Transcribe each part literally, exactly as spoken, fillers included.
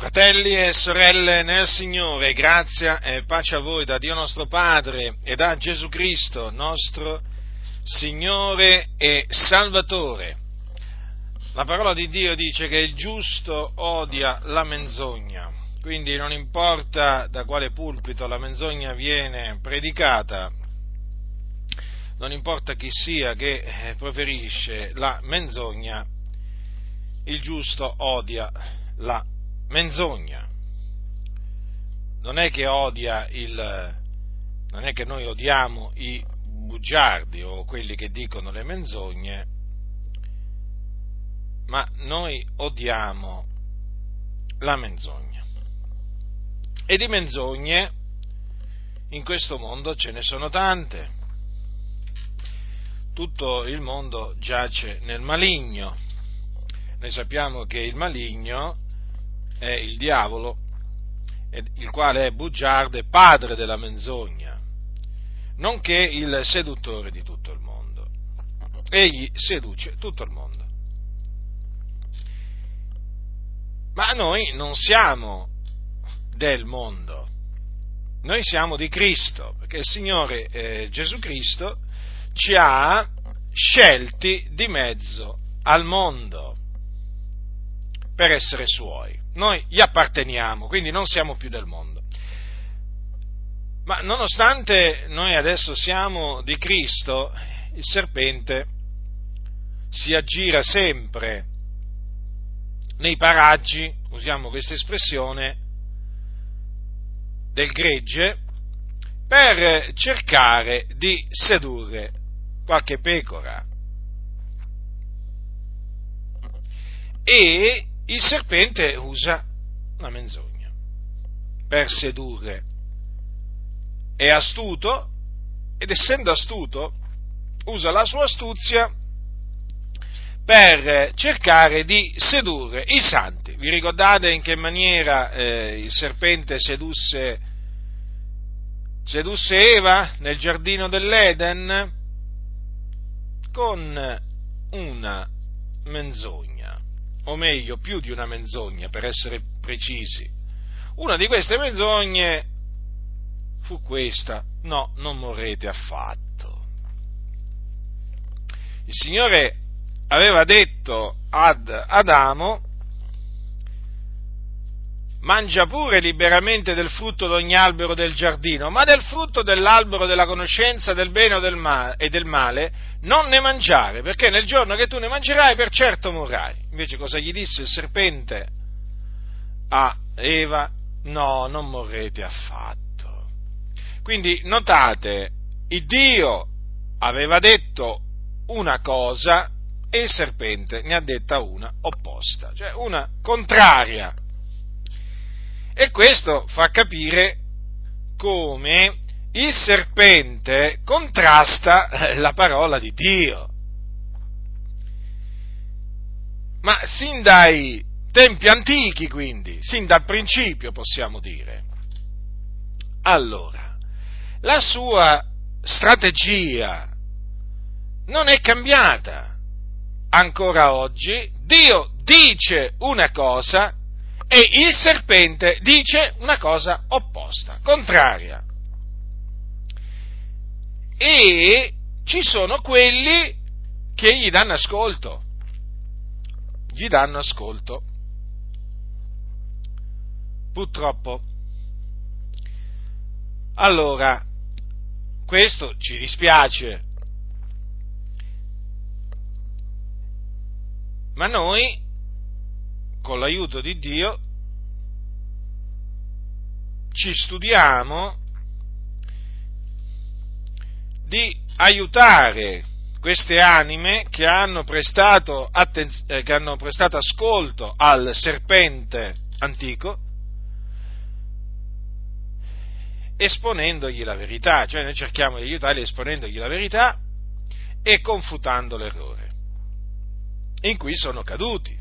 Fratelli e sorelle nel Signore, grazia e pace a voi da Dio nostro Padre e da Gesù Cristo, nostro Signore e Salvatore. La parola di Dio dice che il giusto odia la menzogna, quindi non importa da quale pulpito la menzogna viene predicata, non importa chi sia che proferisce la menzogna, il giusto odia la menzogna. Menzogna. Non è che odia il, non è che noi odiamo i bugiardi o quelli che dicono le menzogne, ma noi odiamo la menzogna. E di menzogne in questo mondo ce ne sono tante. Tutto il mondo giace nel maligno. Noi sappiamo che il maligno è il diavolo, il quale è bugiardo e padre della menzogna, nonché il seduttore di tutto il mondo. Egli seduce tutto il mondo. Ma noi non siamo del mondo, noi siamo di Cristo, perché il Signore eh, Gesù Cristo ci ha scelti di mezzo al mondo per essere Suoi. Noi gli apparteniamo, quindi non siamo più del mondo. Ma nonostante noi adesso siamo di Cristo, il serpente si aggira sempre nei paraggi, usiamo questa espressione, del gregge, per cercare di sedurre qualche pecora. E il serpente usa una menzogna per sedurre. È astuto ed essendo astuto usa la sua astuzia per cercare di sedurre i santi. Vi ricordate in che maniera eh, il serpente sedusse, sedusse Eva nel giardino dell'Eden? Con una menzogna. O meglio, più di una menzogna, per essere precisi. Una di queste menzogne fu questa: no, non morrete affatto. Il Signore aveva detto ad Adamo: mangia pure liberamente del frutto d'ogni albero del giardino, ma del frutto dell'albero della conoscenza del bene o del male, e del male non ne mangiare, perché nel giorno che tu ne mangerai per certo morrai. Invece cosa gli disse il serpente a Eva? No, non morrete affatto. Quindi notate, il Dio aveva detto una cosa e il serpente ne ha detta una opposta, cioè una contraria. E questo fa capire come il serpente contrasta la parola di Dio. Ma sin dai tempi antichi, quindi, sin dal principio possiamo dire. Allora, la sua strategia non è cambiata. Ancora oggi Dio dice una cosa e il serpente dice una cosa opposta, contraria. E ci sono quelli che gli danno ascolto, gli danno ascolto, purtroppo. Allora, questo ci dispiace, ma noi, con l'aiuto di Dio, ci studiamo di aiutare queste anime che hanno prestato, attenz- eh, che hanno prestato ascolto al serpente antico, esponendogli la verità, cioè noi cerchiamo di aiutarli esponendogli la verità e confutando l'errore in cui sono caduti,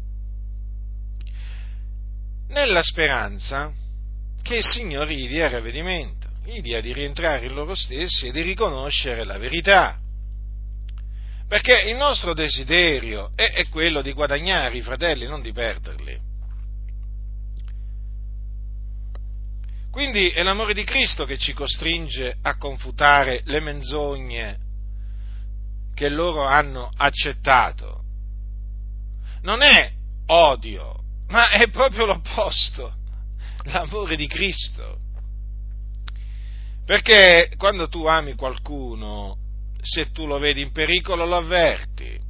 nella speranza che il Signore gli dia ravvedimento, gli dia di rientrare in loro stessi e di riconoscere la verità. Perché il nostro desiderio è, è quello di guadagnare i fratelli, non di perderli. Quindi è l'amore di Cristo che ci costringe a confutare le menzogne che loro hanno accettato. Non è odio, ma è proprio l'opposto, l'amore di Cristo. Perché quando tu ami qualcuno, se tu lo vedi in pericolo, lo avverti.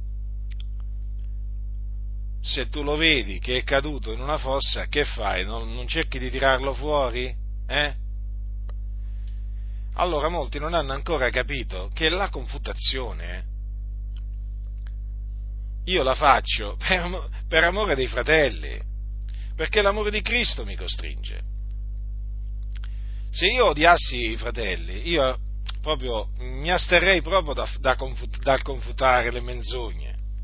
Se tu lo vedi che è caduto in una fossa, che fai? Non, non cerchi di tirarlo fuori? Eh? Allora molti non hanno ancora capito che la confutazione io la faccio per, per amore dei fratelli, perché l'amore di Cristo mi costringe. Se io odiassi i fratelli, io proprio mi asterrei proprio da, da confut, dal confutare le menzogne.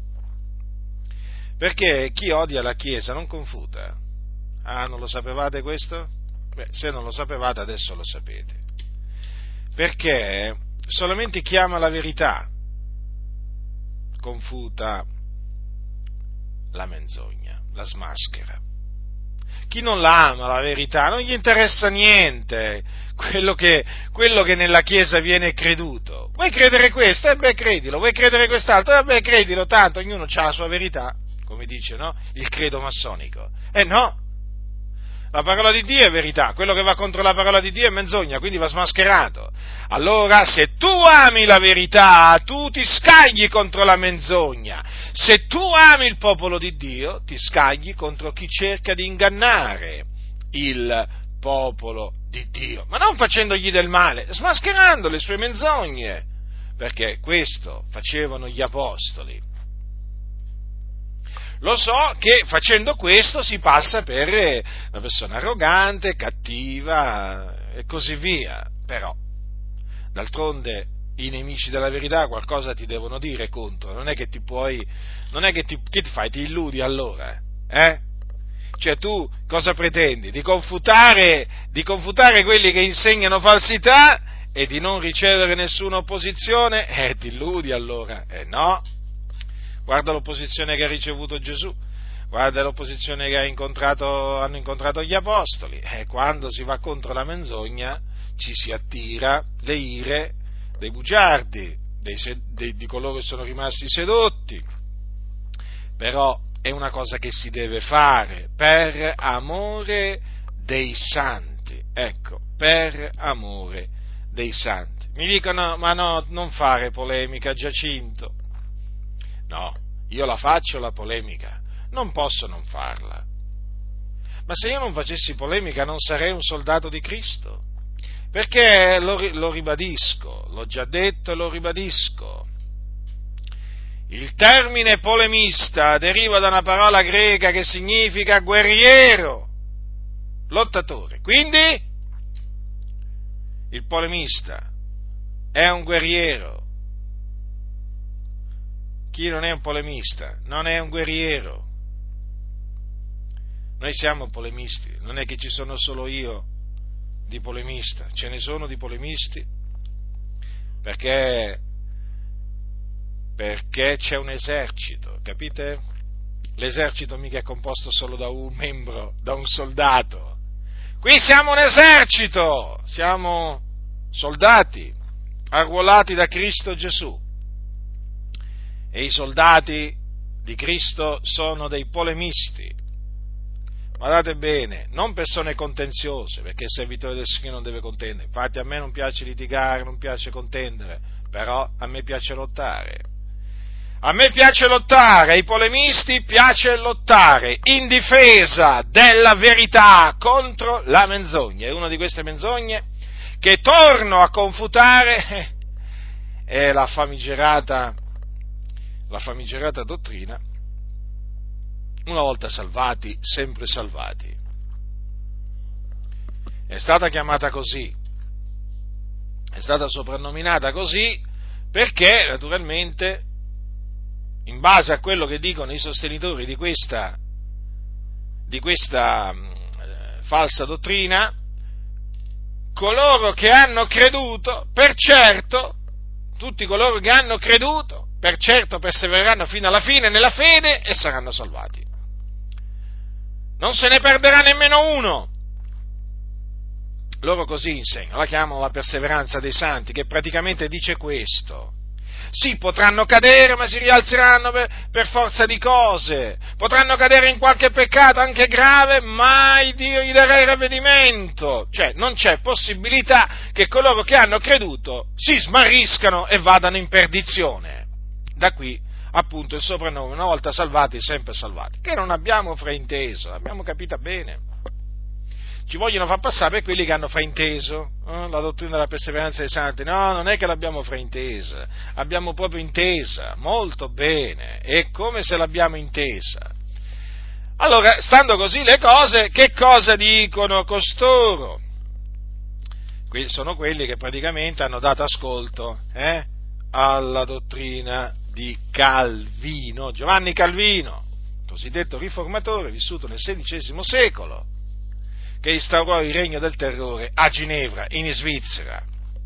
Perché chi odia la Chiesa non confuta. Ah, non lo sapevate questo? Beh, se non lo sapevate adesso lo sapete. Perché solamente chi ama la verità confuta la menzogna, la smaschera. Chi non la ama la verità non gli interessa niente quello che, quello che nella Chiesa viene creduto. Vuoi credere questo? Eh beh, credilo. Vuoi credere quest'altro? Eh beh, credilo, tanto ognuno ha la sua verità. Come dice, no? Il credo massonico. Eh no! La parola di Dio è verità, quello che va contro la parola di Dio è menzogna, quindi va smascherato. Allora, se tu ami la verità, tu ti scagli contro la menzogna. Se tu ami il popolo di Dio, ti scagli contro chi cerca di ingannare il popolo di Dio. Ma non facendogli del male, smascherando le sue menzogne, perché questo facevano gli apostoli. Lo so che facendo questo si passa per una persona arrogante, cattiva e così via, però d'altronde i nemici della verità qualcosa ti devono dire contro, non è che ti puoi, non è che ti, che ti fai, ti illudi allora, eh? Cioè tu cosa pretendi? Di confutare, di confutare quelli che insegnano falsità e di non ricevere nessuna opposizione? Eh, ti illudi allora, eh no? Guarda l'opposizione che ha ricevuto Gesù, guarda l'opposizione che ha incontrato, hanno incontrato gli apostoli, e quando si va contro la menzogna ci si attira le ire dei bugiardi, dei, dei, di coloro che sono rimasti sedotti, però è una cosa che si deve fare per amore dei santi, ecco, per amore dei santi. Mi dicono, ma no, non fare polemica, Giacinto. No, io la faccio la polemica, non posso non farla. Ma se io non facessi polemica non sarei un soldato di Cristo, perché lo, lo ribadisco, l'ho già detto e lo ribadisco. Il termine polemista deriva da una parola greca che significa guerriero, lottatore. Quindi il polemista è un guerriero. Chi non è un polemista non è un guerriero. Noi siamo polemisti, non è che ci sono solo io di polemista, ce ne sono di polemisti perché, perché c'è un esercito, capite? L'esercito mica è composto solo da un membro, da un soldato. Qui siamo un esercito, siamo soldati arruolati da Cristo Gesù. E i soldati di Cristo sono dei polemisti. Guardate bene, non persone contenziose, perché il servitore del Signore non deve contendere. Infatti a me non piace litigare, non piace contendere, però a me piace lottare. A me piace lottare, ai polemisti piace lottare in difesa della verità contro la menzogna. E una di queste menzogne che torno a confutare è la famigerata la famigerata dottrina, una volta salvati, sempre salvati. È stata chiamata così, è stata soprannominata così perché, naturalmente, in base a quello che dicono i sostenitori di questa, di questa eh, falsa dottrina, coloro che hanno creduto, per certo, tutti coloro che hanno creduto, per certo persevereranno fino alla fine nella fede e saranno salvati. Non se ne perderà nemmeno uno. loro così insegnano, la chiamano la perseveranza dei santi, che praticamente dice questo. Sì, potranno cadere, ma si rialzeranno per, per forza di cose, potranno cadere in qualche peccato anche grave, ma Dio gli darà il ravvedimento. Cioè, non c'è possibilità che coloro che hanno creduto si smarriscano e vadano in perdizione. Da qui, appunto, il soprannome, una volta salvati, sempre salvati, che non abbiamo frainteso, l'abbiamo capita bene. Ci vogliono far passare per quelli che hanno frainteso eh, la dottrina della perseveranza dei santi. No, non è che l'abbiamo fraintesa, abbiamo proprio intesa molto bene, è come se l'abbiamo intesa. Allora, stando così le cose, che cosa dicono costoro? Qui sono quelli che praticamente hanno dato ascolto eh, alla dottrina di Calvino, Giovanni Calvino, cosiddetto riformatore, vissuto nel sedicesimo secolo, che instaurò il regno del terrore a Ginevra, in Svizzera.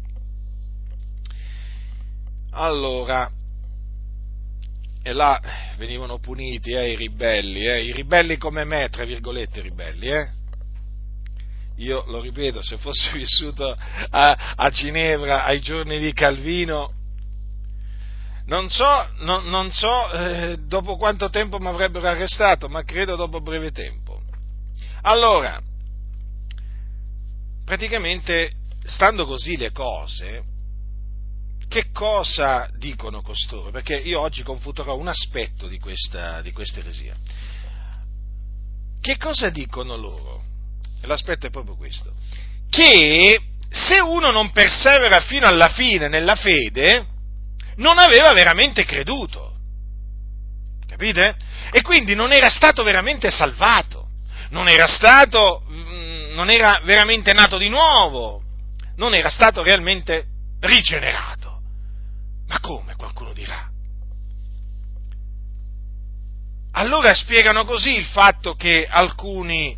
Allora, e là venivano puniti eh, i ribelli, eh, i ribelli come me, tra virgolette ribelli, eh. Io lo ripeto, se fossi vissuto a, a Ginevra ai giorni di Calvino, non so, non, non so eh, dopo quanto tempo mi avrebbero arrestato, ma credo dopo breve tempo. Allora, praticamente, stando così le cose, che cosa dicono costoro? Perché io oggi confuterò un aspetto di questa, di questa eresia. Che cosa dicono loro? L'aspetto è proprio questo: che se uno non persevera fino alla fine nella fede, non aveva veramente creduto. Capite? E quindi non era stato veramente salvato, non era stato... non era veramente nato di nuovo, non era stato realmente rigenerato. Ma come, qualcuno dirà? Allora spiegano così il fatto che alcuni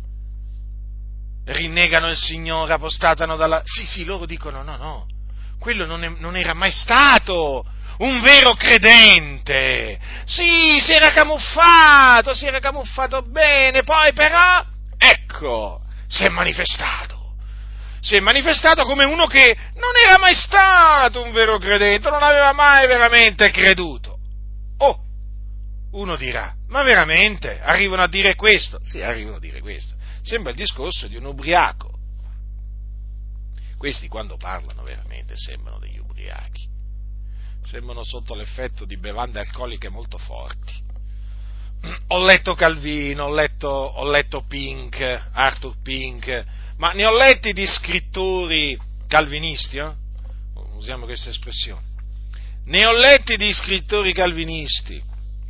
rinnegano il Signore, apostatano dalla... Sì, sì, loro dicono no, no, quello non, è, non era mai stato un vero credente. Sì, si era camuffato, si era camuffato bene, poi però, ecco, si è manifestato, si è manifestato come uno che non era mai stato un vero credente, non aveva mai veramente creduto. Oh, uno dirà, ma veramente arrivano a dire questo? Sì, arrivano a dire questo. Sembra il discorso di un ubriaco. Questi quando parlano veramente sembrano degli ubriachi, sembrano sotto l'effetto di bevande alcoliche molto forti. Ho letto Calvino, ho letto, ho letto Pink, Arthur Pink, ma ne ho letti di scrittori calvinisti, eh? Usiamo questa espressione, ne ho letti di scrittori calvinisti,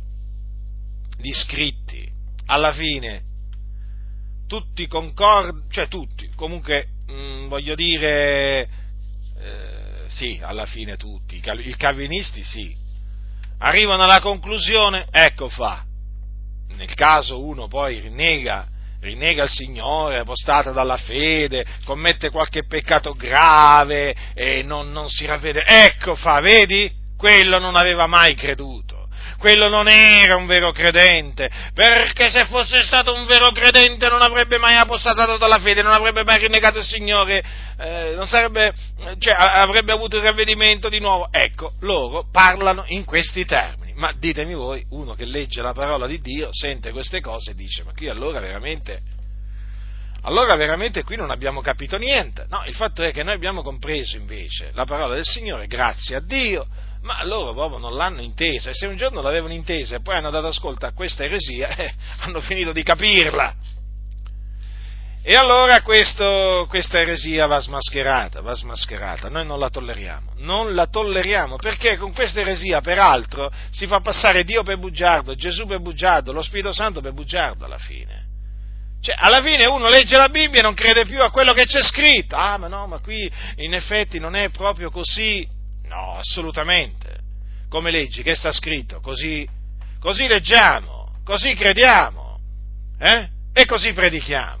di scritti, alla fine, tutti concordi, cioè tutti, comunque, mh, voglio dire, eh, sì, alla fine tutti, i calvinisti sì, arrivano alla conclusione, ecco fa, nel caso uno poi rinnega, rinnega il Signore, è apostata dalla fede, commette qualche peccato grave e non, non si ravvede, ecco fa, vedi? Quello non aveva mai creduto, quello non era un vero credente, perché se fosse stato un vero credente non avrebbe mai apostatato dalla fede, non avrebbe mai rinnegato il Signore, eh, non sarebbe, cioè avrebbe avuto il ravvedimento di nuovo. Ecco, loro parlano in questi termini. Ma ditemi voi, uno che legge la parola di Dio, sente queste cose e dice, ma qui allora veramente, allora veramente qui non abbiamo capito niente. No, il fatto è che noi abbiamo compreso invece la parola del Signore, grazie a Dio, ma loro proprio non l'hanno intesa, e se un giorno l'avevano intesa e poi hanno dato ascolto a questa eresia, eh, hanno finito di capirla. E allora questo, questa eresia va smascherata, va smascherata, noi non la tolleriamo, non la tolleriamo, perché con questa eresia, peraltro, si fa passare Dio per bugiardo, Gesù per bugiardo, lo Spirito Santo per bugiardo alla fine. Cioè, alla fine uno legge la Bibbia e non crede più a quello che c'è scritto, ah ma no, ma qui in effetti non è proprio così, no, assolutamente, come leggi, che sta scritto, così, così leggiamo, così crediamo, eh? E così predichiamo.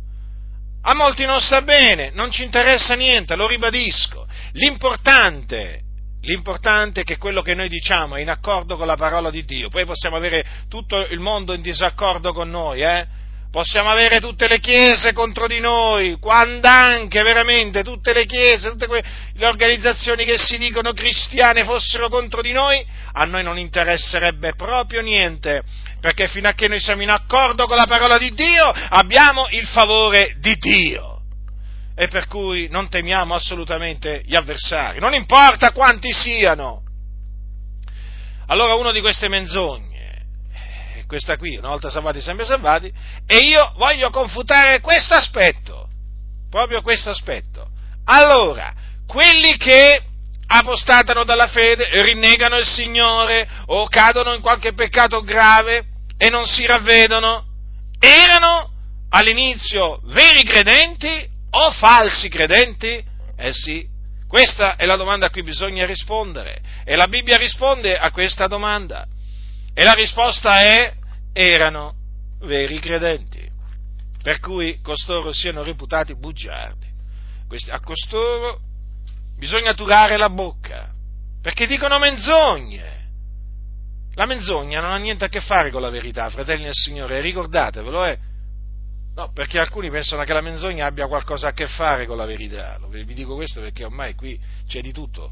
A molti non sta bene, non ci interessa niente, lo ribadisco. L'importante, l'importante è che quello che noi diciamo è in accordo con la parola di Dio. Poi possiamo avere tutto il mondo in disaccordo con noi, eh? possiamo avere tutte le chiese contro di noi, quando anche veramente tutte le chiese, tutte que- le organizzazioni che si dicono cristiane fossero contro di noi, a noi non interesserebbe proprio niente, perché fino a che noi siamo in accordo con la parola di Dio, abbiamo il favore di Dio. E per cui non temiamo assolutamente gli avversari, non importa quanti siano. Allora uno di queste menzogne, questa qui, una volta salvati sempre salvati, e io voglio confutare questo aspetto, proprio questo aspetto. Allora, quelli che apostatano dalla fede, rinnegano il Signore o cadono in qualche peccato grave e non si ravvedono, erano all'inizio veri credenti o falsi credenti? Eh sì, questa è la domanda a cui bisogna rispondere, e la Bibbia risponde a questa domanda, e la risposta è: erano veri credenti, per cui costoro siano reputati bugiardi. Questi, a costoro bisogna turare la bocca, perché dicono menzogne. La menzogna non ha niente a che fare con la verità, fratelli del Signore, ricordatevelo, eh. No, perché alcuni pensano che la menzogna abbia qualcosa a che fare con la verità. Vi dico questo perché ormai qui c'è di tutto.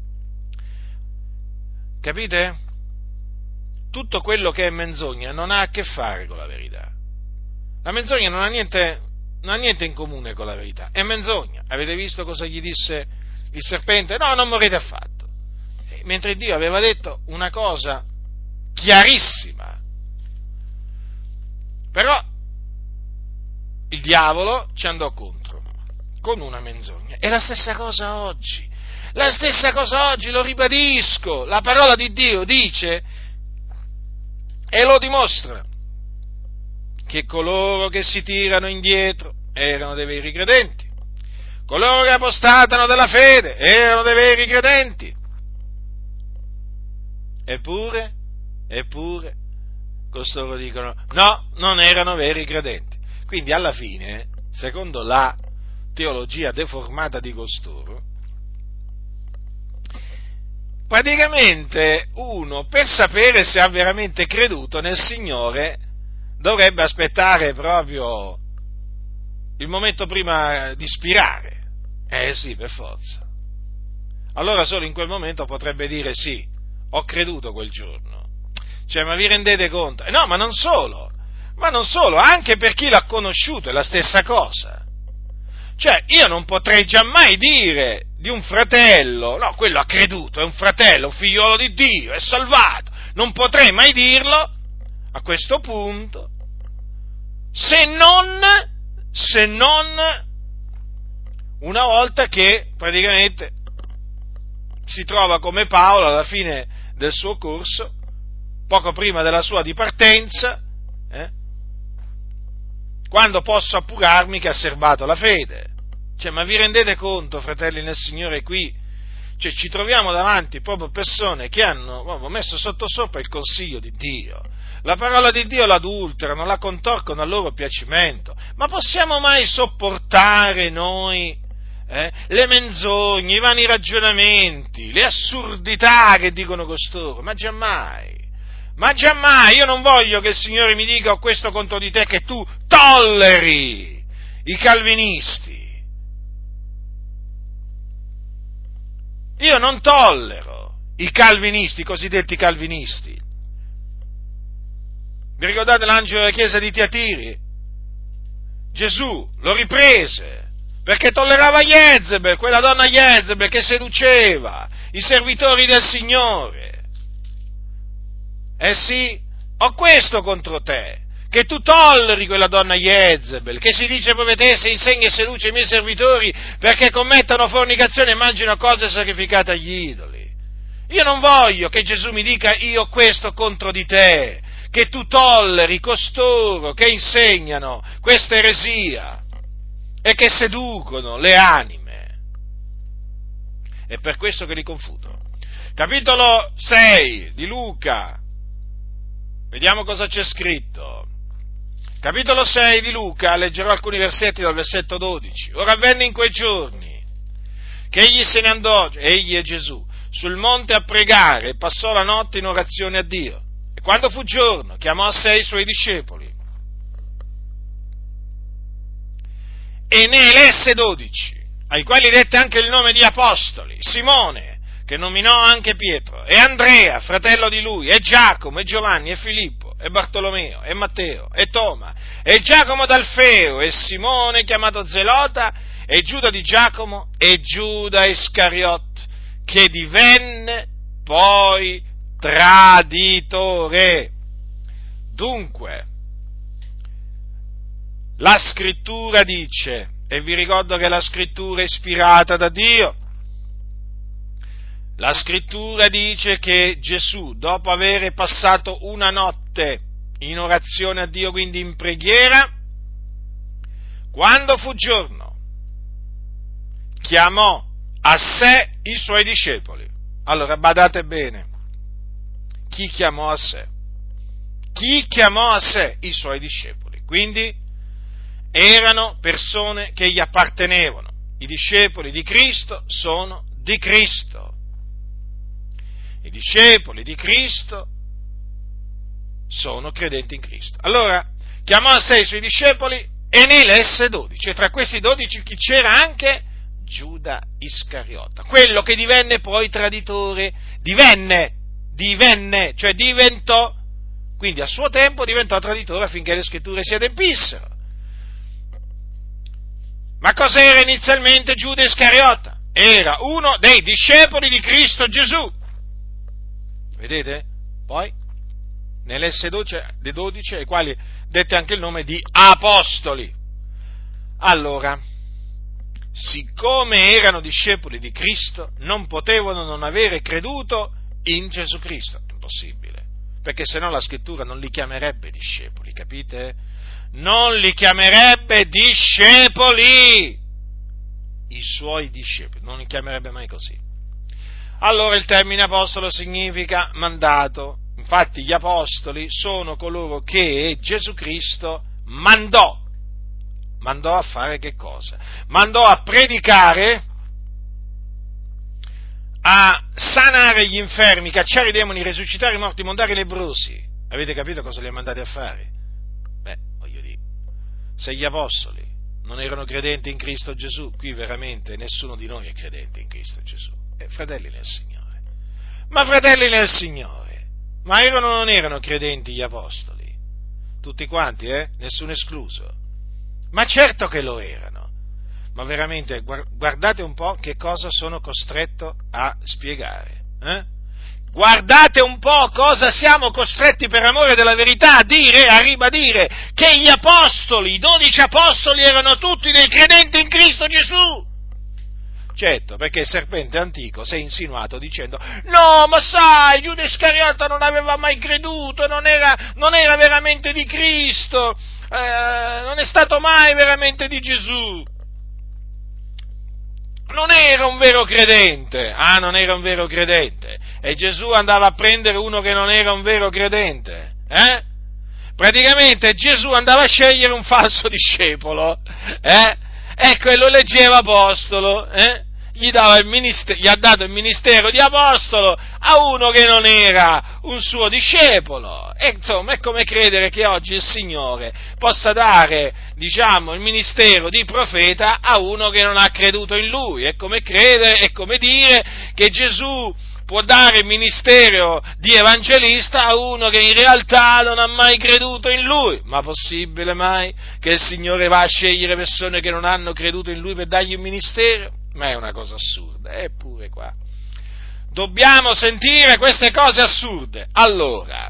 Capite? Tutto quello che è menzogna non ha a che fare con la verità. La menzogna non ha niente, non ha niente in comune con la verità. È menzogna. Avete visto cosa gli disse il serpente? No, non morrete affatto. E mentre Dio aveva detto una cosa chiarissima. Però il diavolo ci andò contro con una menzogna. E la stessa cosa oggi. La stessa cosa oggi, lo ribadisco. La parola di Dio dice e lo dimostra, che coloro che si tirano indietro erano dei veri credenti, coloro che apostatano dalla fede erano dei veri credenti, eppure, eppure, costoro dicono, no, non erano veri credenti. Quindi alla fine, secondo la teologia deformata di costoro, praticamente uno, per sapere se ha veramente creduto nel Signore, dovrebbe aspettare proprio il momento prima di spirare. Eh sì, per forza. Allora solo in quel momento potrebbe dire sì, ho creduto quel giorno. Cioè, ma vi rendete conto? No, ma non solo, ma non solo, anche per chi l'ha conosciuto è la stessa cosa. Cioè, io non potrei giammai dire di un fratello, no, quello ha creduto, è un fratello, un figliolo di Dio, è salvato, non potrei mai dirlo a questo punto, se non, se non una volta che praticamente si trova come Paolo alla fine del suo corso, poco prima della sua dipartenza, eh, quando posso appurarmi che ha serbato la fede. Cioè, ma vi rendete conto, fratelli nel Signore, qui? Cioè, ci troviamo davanti proprio persone che hanno proprio messo sotto sopra il consiglio di Dio. La parola di Dio l'adulterano, la contorcono a loro piacimento. Ma possiamo mai sopportare noi eh, le menzogne, i vani ragionamenti, le assurdità che dicono costoro? Ma giammai! Ma giammai, io non voglio che il Signore mi dica, ho questo contro di te, che tu tolleri i calvinisti. Io non tollero i calvinisti, i cosiddetti calvinisti. Vi ricordate l'angelo della chiesa di Tiatiri? Gesù lo riprese, perché tollerava Jezebel, quella donna Jezebel che seduceva i servitori del Signore. Eh sì, ho questo contro te, che tu tolleri quella donna Jezebel, che si dice profetessa, insegna e seduce i miei servitori perché commettano fornicazione e mangino cose sacrificate agli idoli. Io non voglio che Gesù mi dica io ho questo contro di te, che tu tolleri costoro che insegnano questa eresia e che seducono le anime. È per questo che li confuto. Capitolo sei di Luca. Vediamo cosa c'è scritto. Capitolo sei di Luca, leggerò alcuni versetti dal versetto dodici. Ora avvenne in quei giorni che egli se ne andò, egli e Gesù, sul monte a pregare e passò la notte in orazione a Dio. E quando fu giorno, chiamò a sé i suoi discepoli e ne elesse dodici, ai quali dette anche il nome di apostoli: Simone, che nominò anche Pietro, e Andrea, fratello di lui, e Giacomo, e Giovanni, e Filippo, e Bartolomeo, e Matteo, e Toma, e Giacomo d'Alfeo, e Simone, chiamato Zelota, e Giuda di Giacomo, e Giuda Iscariot, che divenne poi traditore. Dunque, la scrittura dice, e vi ricordo che la scrittura è ispirata da Dio, la scrittura dice che Gesù, dopo aver passato una notte in orazione a Dio, quindi in preghiera, quando fu giorno, chiamò a sé i suoi discepoli. Allora, badate bene, chi chiamò a sé? Chi chiamò a sé i suoi discepoli? Quindi erano persone che gli appartenevano. I discepoli di Cristo sono di Cristo. I discepoli di Cristo sono credenti in Cristo. Allora, chiamò a sé i suoi discepoli e ne elesse dodici. E tra questi dodici chi c'era? Anche Giuda Iscariota, quello che divenne poi traditore. Divenne, divenne, cioè diventò, quindi a suo tempo diventò traditore affinché le scritture si adempissero. Ma cos'era inizialmente Giuda Iscariota? Era uno dei discepoli di Cristo Gesù. Vedete? Poi ne elesse dei dodici, ai quali dette anche il nome di apostoli. Allora, siccome erano discepoli di Cristo, non potevano non avere creduto in Gesù Cristo. Impossibile, perché se no la scrittura non li chiamerebbe discepoli, capite? Non li chiamerebbe discepoli, i suoi discepoli, non li chiamerebbe mai così. Allora il termine apostolo significa mandato. Infatti gli apostoli sono coloro che Gesù Cristo mandò. Mandò a fare che cosa? Mandò a predicare, a sanare gli infermi, cacciare i demoni, risuscitare i morti, mondare i lebbrosi. Avete capito cosa li ha mandati a fare? Beh, voglio dire, se gli apostoli non erano credenti in Cristo Gesù, qui veramente nessuno di noi è credente in Cristo Gesù. Eh, fratelli nel Signore. Ma fratelli nel Signore, ma erano o non erano credenti gli apostoli? Tutti quanti, eh? Nessuno escluso. Ma certo che lo erano. Ma veramente, guardate un po' che cosa sono costretto a spiegare. Eh? Guardate un po' cosa siamo costretti per amore della verità a dire, a ribadire, che gli apostoli, i dodici apostoli erano tutti dei credenti in Cristo Gesù. Certo, perché il serpente antico si è insinuato dicendo: no, ma sai, Giuda Iscariota non aveva mai creduto, non era, non era veramente di Cristo, eh, non è stato mai veramente di Gesù, non era un vero credente. Ah, non era un vero credente. E Gesù andava a prendere uno che non era un vero credente, eh? Praticamente Gesù andava a scegliere un falso discepolo, eh? Ecco, e lo leggeva apostolo, eh? Gli, dava il ministero, gli ha dato il ministero di apostolo a uno che non era un suo discepolo. E insomma, è come credere che oggi il Signore possa dare, diciamo, il ministero di profeta a uno che non ha creduto in Lui. È come credere, è come dire che Gesù può dare il ministero di evangelista a uno che in realtà non ha mai creduto in Lui. Ma possibile mai che il Signore va a scegliere persone che non hanno creduto in Lui per dargli un ministero? Ma è una cosa assurda, eppure qua. Dobbiamo sentire queste cose assurde. Allora,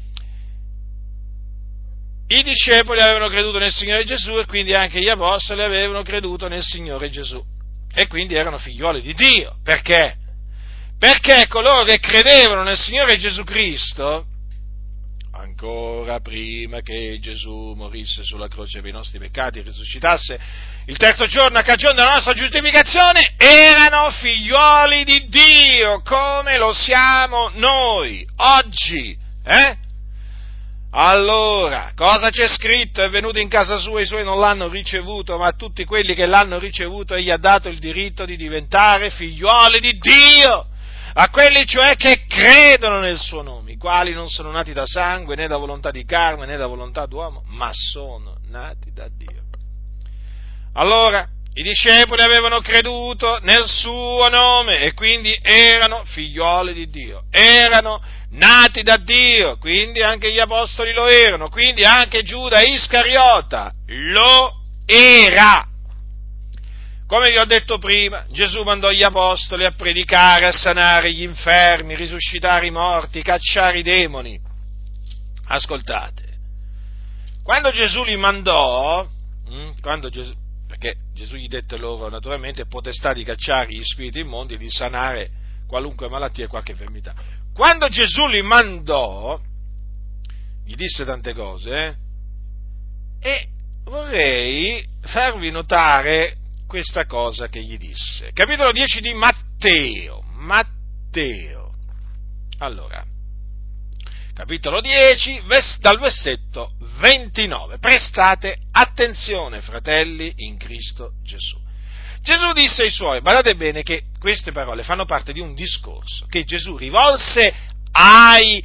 i discepoli avevano creduto nel Signore Gesù e quindi anche gli apostoli avevano creduto nel Signore Gesù. E quindi erano figliuoli di Dio. Perché? Perché coloro che credevano nel Signore Gesù Cristo, ancora prima che Gesù morisse sulla croce per i nostri peccati e risuscitasse il terzo giorno a cagione della nostra giustificazione, erano figliuoli di Dio, come lo siamo noi, oggi, eh? Allora, cosa c'è scritto? È venuto in casa sua, i suoi non l'hanno ricevuto, ma a tutti quelli che l'hanno ricevuto egli ha dato il diritto di diventare figliuoli di Dio, a quelli cioè che credono nel suo nome, i quali non sono nati da sangue, né da volontà di carne, né da volontà d'uomo, ma sono nati da Dio. Allora, i discepoli avevano creduto nel suo nome e quindi erano figlioli di Dio, erano nati da Dio, quindi anche gli apostoli lo erano, quindi anche Giuda Iscariota lo era. Come vi ho detto prima, Gesù mandò gli apostoli a predicare, a sanare gli infermi, risuscitare i morti, cacciare i demoni. Ascoltate, quando Gesù li mandò, quando Gesù, perché Gesù gli dette loro naturalmente potestà di cacciare gli spiriti immondi e di sanare qualunque malattia e qualche infermità. Quando Gesù li mandò, gli disse tante cose, eh? E vorrei farvi notare questa cosa che gli disse. Capitolo dieci di Matteo. Matteo. Allora, capitolo dieci, dal versetto ventinove. Prestate attenzione, fratelli, in Cristo Gesù. Gesù disse ai suoi, badate bene che queste parole fanno parte di un discorso che Gesù rivolse ai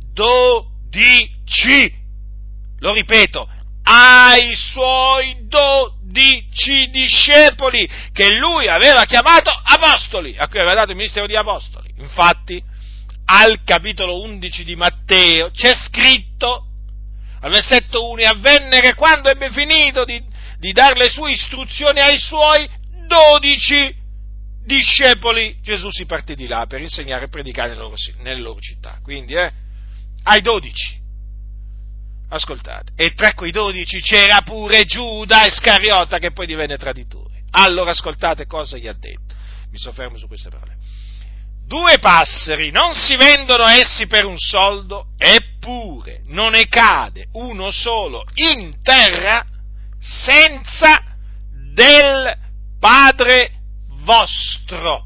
dodici. Lo ripeto, ai suoi dodici discepoli che lui aveva chiamato apostoli, a cui aveva dato il ministero di apostoli. Infatti, al capitolo undici di Matteo c'è scritto, al versetto uno, avvenne che quando ebbe finito di, di dare le sue istruzioni ai suoi dodici discepoli, Gesù si partì di là per insegnare e predicare nelle loro, nelle loro città. Quindi, eh, ai dodici. Ascoltate, e tra quei dodici c'era pure Giuda Iscariota che poi divenne traditore. Allora ascoltate cosa gli ha detto, mi soffermo su queste parole. Due passeri non si vendono essi per un soldo, eppure non ne cade uno solo in terra senza del Padre vostro.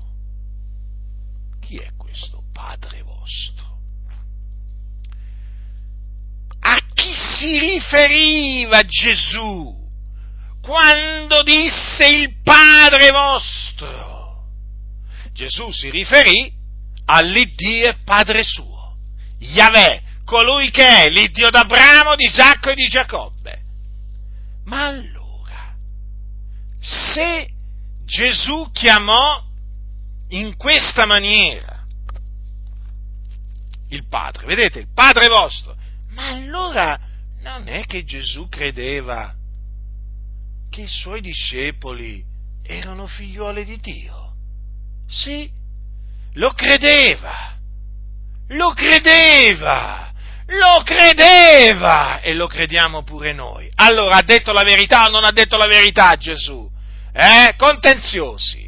Chi è questo Padre vostro? A chi si riferiva Gesù quando disse il Padre vostro? Gesù si riferì all'Iddio e Padre suo, Yahweh, colui che è l'Iddio d'Abramo, di Isacco e di Giacobbe. Ma allora, se Gesù chiamò in questa maniera il Padre, vedete, il Padre vostro, ma allora non è che Gesù credeva che i suoi discepoli erano figliuoli di Dio? Sì, lo credeva, lo credeva, lo credeva e lo crediamo pure noi. Allora ha detto la verità o non ha detto la verità Gesù? Eh? Contenziosi.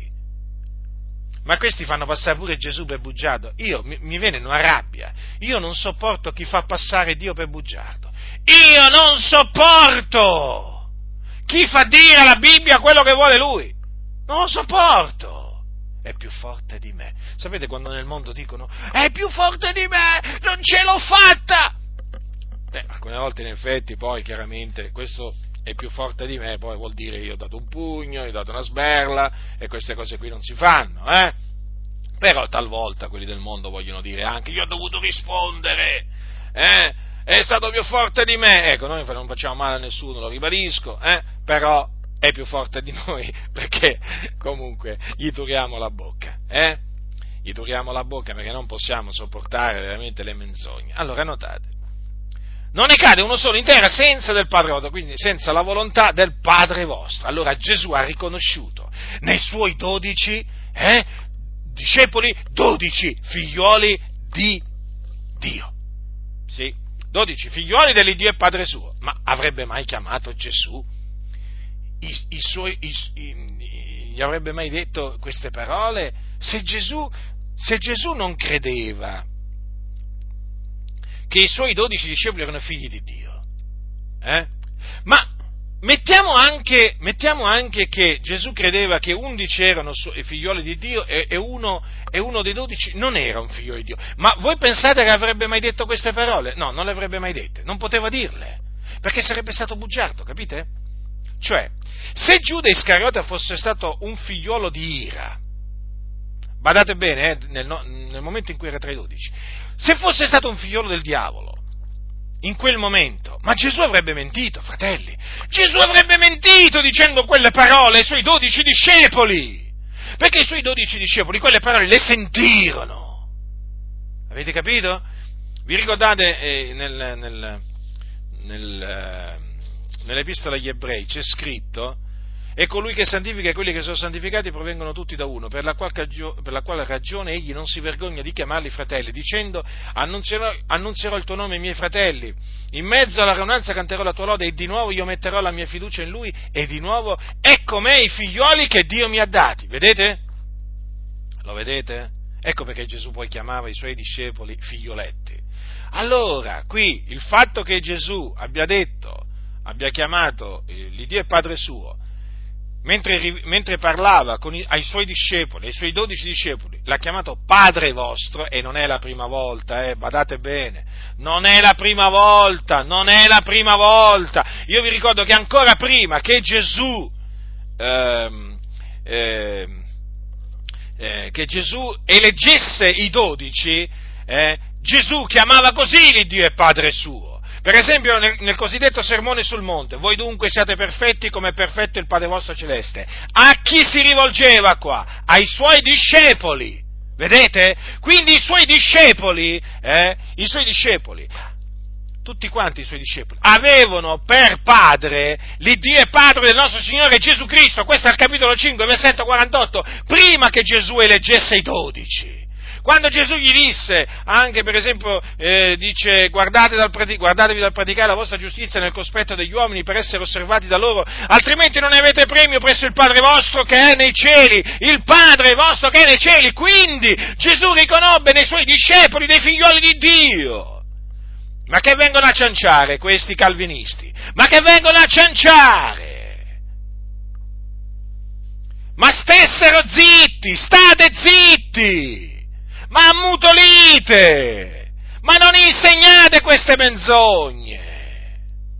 Ma questi fanno passare pure Gesù per bugiardo. Io, mi, mi viene una rabbia. Io non sopporto chi fa passare Dio per bugiardo. Io non sopporto chi fa dire alla Bibbia quello che vuole lui. Non lo sopporto. È più forte di me. Sapete quando nel mondo dicono è più forte di me, non ce l'ho fatta? Beh, alcune volte in effetti poi chiaramente questo è più forte di me, poi vuol dire io ho dato un pugno, io ho dato una sberla e queste cose qui non si fanno, eh? Però talvolta quelli del mondo vogliono dire anche io ho dovuto rispondere, eh? È stato più forte di me. Ecco, noi non facciamo male a nessuno, lo ribadisco, eh? Però è più forte di noi perché comunque gli turiamo la bocca, eh? Gli turiamo la bocca perché non possiamo sopportare veramente le menzogne. Allora notate, non ne cade uno solo in terra senza del Padre vostro, quindi senza la volontà del Padre vostro. Allora Gesù ha riconosciuto nei suoi dodici eh, discepoli, dodici figlioli di Dio. Sì, dodici figlioli dell'Iddio e Padre suo. Ma avrebbe mai chiamato Gesù? I, i suoi, i, i, gli avrebbe mai detto queste parole? Se Gesù, se Gesù non credeva che i suoi dodici discepoli erano figli di Dio, eh? Ma mettiamo anche, mettiamo anche che Gesù credeva che undici erano figlioli di Dio e, e, uno, e uno dei dodici non era un figlio di Dio. Ma voi pensate che avrebbe mai detto queste parole? No, non le avrebbe mai dette, non poteva dirle, perché sarebbe stato bugiardo, capite? Cioè, se Giuda Iscariota fosse stato un figliuolo di ira, badate bene, eh, nel, nel momento in cui era tra i dodici, se fosse stato un figliolo del diavolo, in quel momento. Ma Gesù avrebbe mentito, fratelli. Gesù avrebbe mentito dicendo quelle parole ai suoi dodici discepoli. Perché i suoi dodici discepoli quelle parole le sentirono. Avete capito? Vi ricordate eh, nel, nel, nel, eh, nell'Epistola agli Ebrei c'è scritto: e colui che santifica e quelli che sono santificati provengono tutti da uno, per la, qual cagio, per la quale ragione egli non si vergogna di chiamarli fratelli, dicendo: annunzierò, annunzierò il tuo nome ai miei fratelli, in mezzo alla raunanza canterò la tua lode, e di nuovo io metterò la mia fiducia in lui, e di nuovo ecco me i figlioli che Dio mi ha dati. Vedete? Lo vedete? Ecco perché Gesù poi chiamava i suoi discepoli figlioletti. Allora, qui il fatto che Gesù abbia detto, abbia chiamato l'Iddio e Padre suo, Mentre, mentre parlava con i, ai suoi discepoli, ai suoi dodici discepoli, l'ha chiamato Padre vostro, e non è la prima volta, eh, badate bene, non è la prima volta, non è la prima volta. Io vi ricordo che ancora prima che Gesù, ehm, ehm, eh, che Gesù eleggesse i dodici, eh, Gesù chiamava così l'Iddio e Padre suo. Per esempio nel, nel cosiddetto sermone sul monte: voi dunque siate perfetti come è perfetto il Padre vostro celeste. A chi si rivolgeva qua? Ai suoi discepoli, vedete? Quindi i suoi discepoli, eh, i suoi discepoli, tutti quanti i suoi discepoli, avevano per padre l'Iddio e Padre del nostro Signore Gesù Cristo. Questo è il capitolo cinque, versetto quarantotto, prima che Gesù eleggesse i dodici. Quando Gesù gli disse, anche per esempio, eh, dice, guardate dal, guardatevi dal praticare la vostra giustizia nel cospetto degli uomini per essere osservati da loro, altrimenti non ne avete premio presso il Padre vostro che è nei cieli, il Padre vostro che è nei cieli. Quindi Gesù riconobbe nei suoi discepoli dei figlioli di Dio. Ma che vengono a cianciare questi calvinisti? Ma che vengono a cianciare? Ma stessero zitti, state zitti! Ma ammutolite! Ma non insegnate queste menzogne!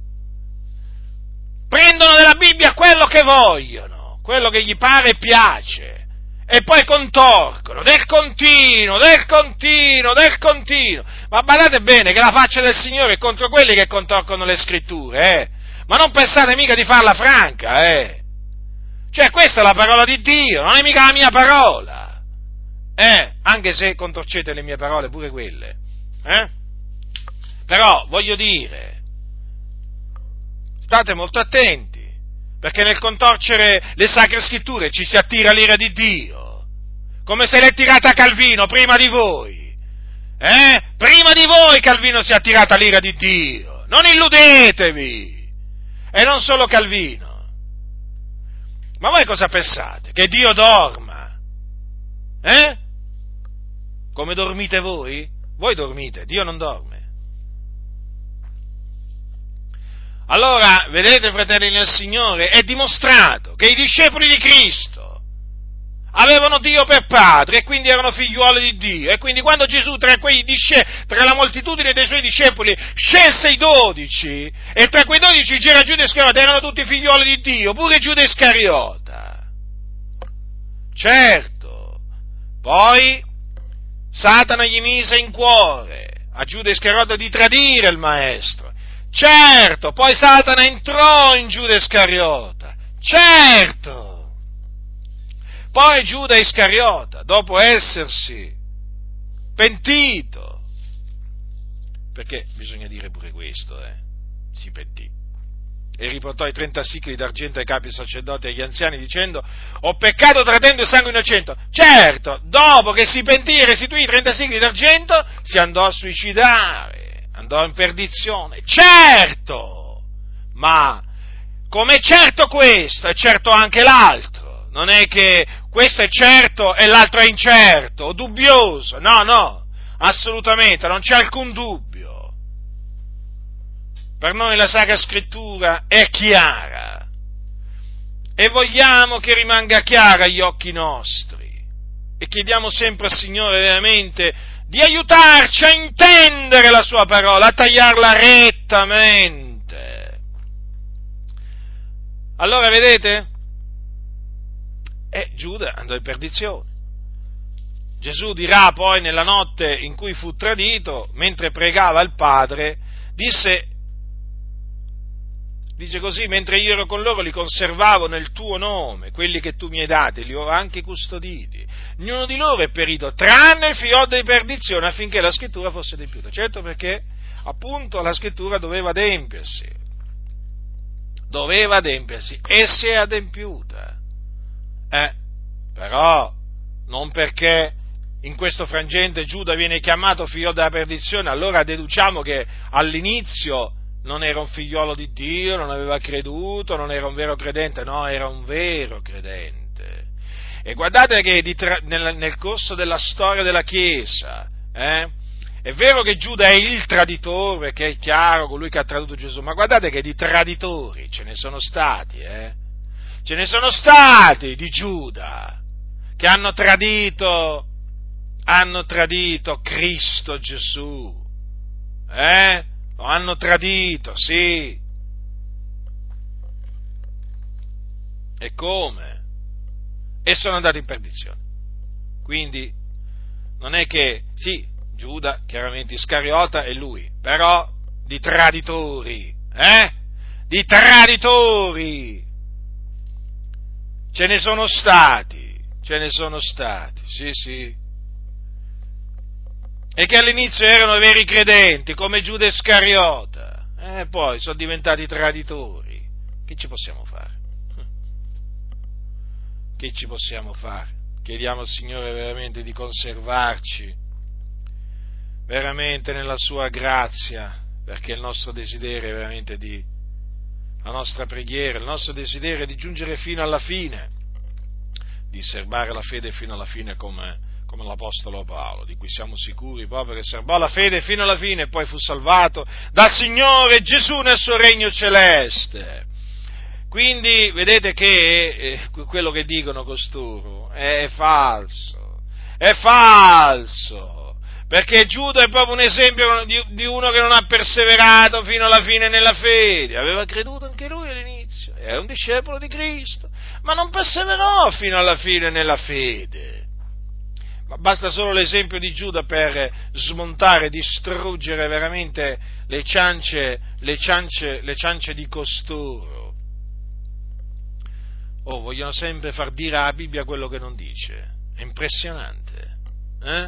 Prendono dalla Bibbia quello che vogliono, quello che gli pare e piace, e poi contorcono, del continuo, del continuo, del continuo. Ma badate bene che la faccia del Signore è contro quelli che contorcono le scritture, eh? Ma non pensate mica di farla franca, eh? Cioè, questa è la parola di Dio, non è mica la mia parola. Eh, anche se contorcete le mie parole, pure quelle, eh? Però, voglio dire, state molto attenti, perché nel contorcere le sacre scritture ci si attira l'ira di Dio, come se l'è tirata Calvino prima di voi, eh? Prima di voi Calvino si è attirata l'ira di Dio, non illudetevi, e non solo Calvino. Ma voi cosa pensate? Che Dio dorma? Eh? Come dormite voi? Voi dormite, Dio non dorme. Allora, vedete, fratelli nel Signore, è dimostrato che i discepoli di Cristo avevano Dio per padre e quindi erano figliuoli di Dio, e quindi quando Gesù tra, quei disce, tra la moltitudine dei suoi discepoli scelse i dodici, e tra quei dodici c'era Giuda Iscariota, erano tutti figliuoli di Dio, pure Giuda Iscariota. Certo, poi Satana gli mise in cuore a Giuda Iscariota di tradire il Maestro. Certo, poi Satana entrò in Giuda Iscariota. Certo. Poi Giuda Iscariota, dopo essersi pentito, perché bisogna dire pure questo, eh, si pentì, e riportò i trenta sicli d'argento ai capi sacerdoti e agli anziani dicendo: ho peccato tradendo il sangue innocente. Certo, dopo che si pentì e restituì i trenta sicli d'argento, si andò a suicidare, andò in perdizione. Certo, ma come è certo questo, è certo anche l'altro. Non è che questo è certo e l'altro è incerto o dubbioso. No, no, assolutamente, non c'è alcun dubbio. Per noi la Sacra Scrittura è chiara e vogliamo che rimanga chiara agli occhi nostri, e chiediamo sempre al Signore veramente di aiutarci a intendere la Sua parola, a tagliarla rettamente. Allora, vedete? E Giuda andò in perdizione. Gesù dirà poi nella notte in cui fu tradito, mentre pregava il Padre, disse, dice così: mentre io ero con loro li conservavo nel tuo nome, quelli che tu mi hai dati, li ho anche custoditi. Ognuno di loro è perito, tranne il figlio di perdizione, affinché la scrittura fosse adempiuta. Certo, perché appunto la scrittura doveva adempiersi, doveva adempiersi, e si è adempiuta. Eh, però, non perché in questo frangente Giuda viene chiamato figlio della perdizione, allora deduciamo che all'inizio non era un figliolo di Dio, non aveva creduto, non era un vero credente. No, era un vero credente. E guardate che di tra, nel, nel corso della storia della Chiesa, eh, è vero che Giuda è il traditore, che è chiaro, colui che ha tradito Gesù, ma guardate che di traditori ce ne sono stati, eh? Ce ne sono stati di Giuda che hanno tradito, hanno tradito Cristo Gesù, eh? Lo hanno tradito, sì. E come? E sono andati in perdizione. Quindi non è che, sì, Giuda, chiaramente Iscariota è lui, però di traditori, eh? Di traditori ce ne sono stati, ce ne sono stati, sì, sì. E che all'inizio erano veri credenti, come Giuda Iscariota, e eh, poi sono diventati traditori. Che ci possiamo fare? Che ci possiamo fare? Chiediamo al Signore veramente di conservarci, veramente nella sua grazia, perché il nostro desiderio è veramente di, la nostra preghiera, il nostro desiderio è di giungere fino alla fine, di serbare la fede fino alla fine come come l'Apostolo Paolo, di cui siamo sicuri proprio che serbò la fede fino alla fine e poi fu salvato dal Signore Gesù nel suo regno celeste. Quindi vedete che eh, quello che dicono costoro è, è falso, è falso, perché Giuda è proprio un esempio di, di uno che non ha perseverato fino alla fine nella fede. Aveva creduto anche lui all'inizio, era un discepolo di Cristo, ma non perseverò fino alla fine nella fede. Ma basta solo l'esempio di Giuda per smontare, distruggere veramente le ciance, le ciance, le ciance di costoro. Oh, vogliono sempre far dire alla Bibbia quello che non dice. È impressionante, eh?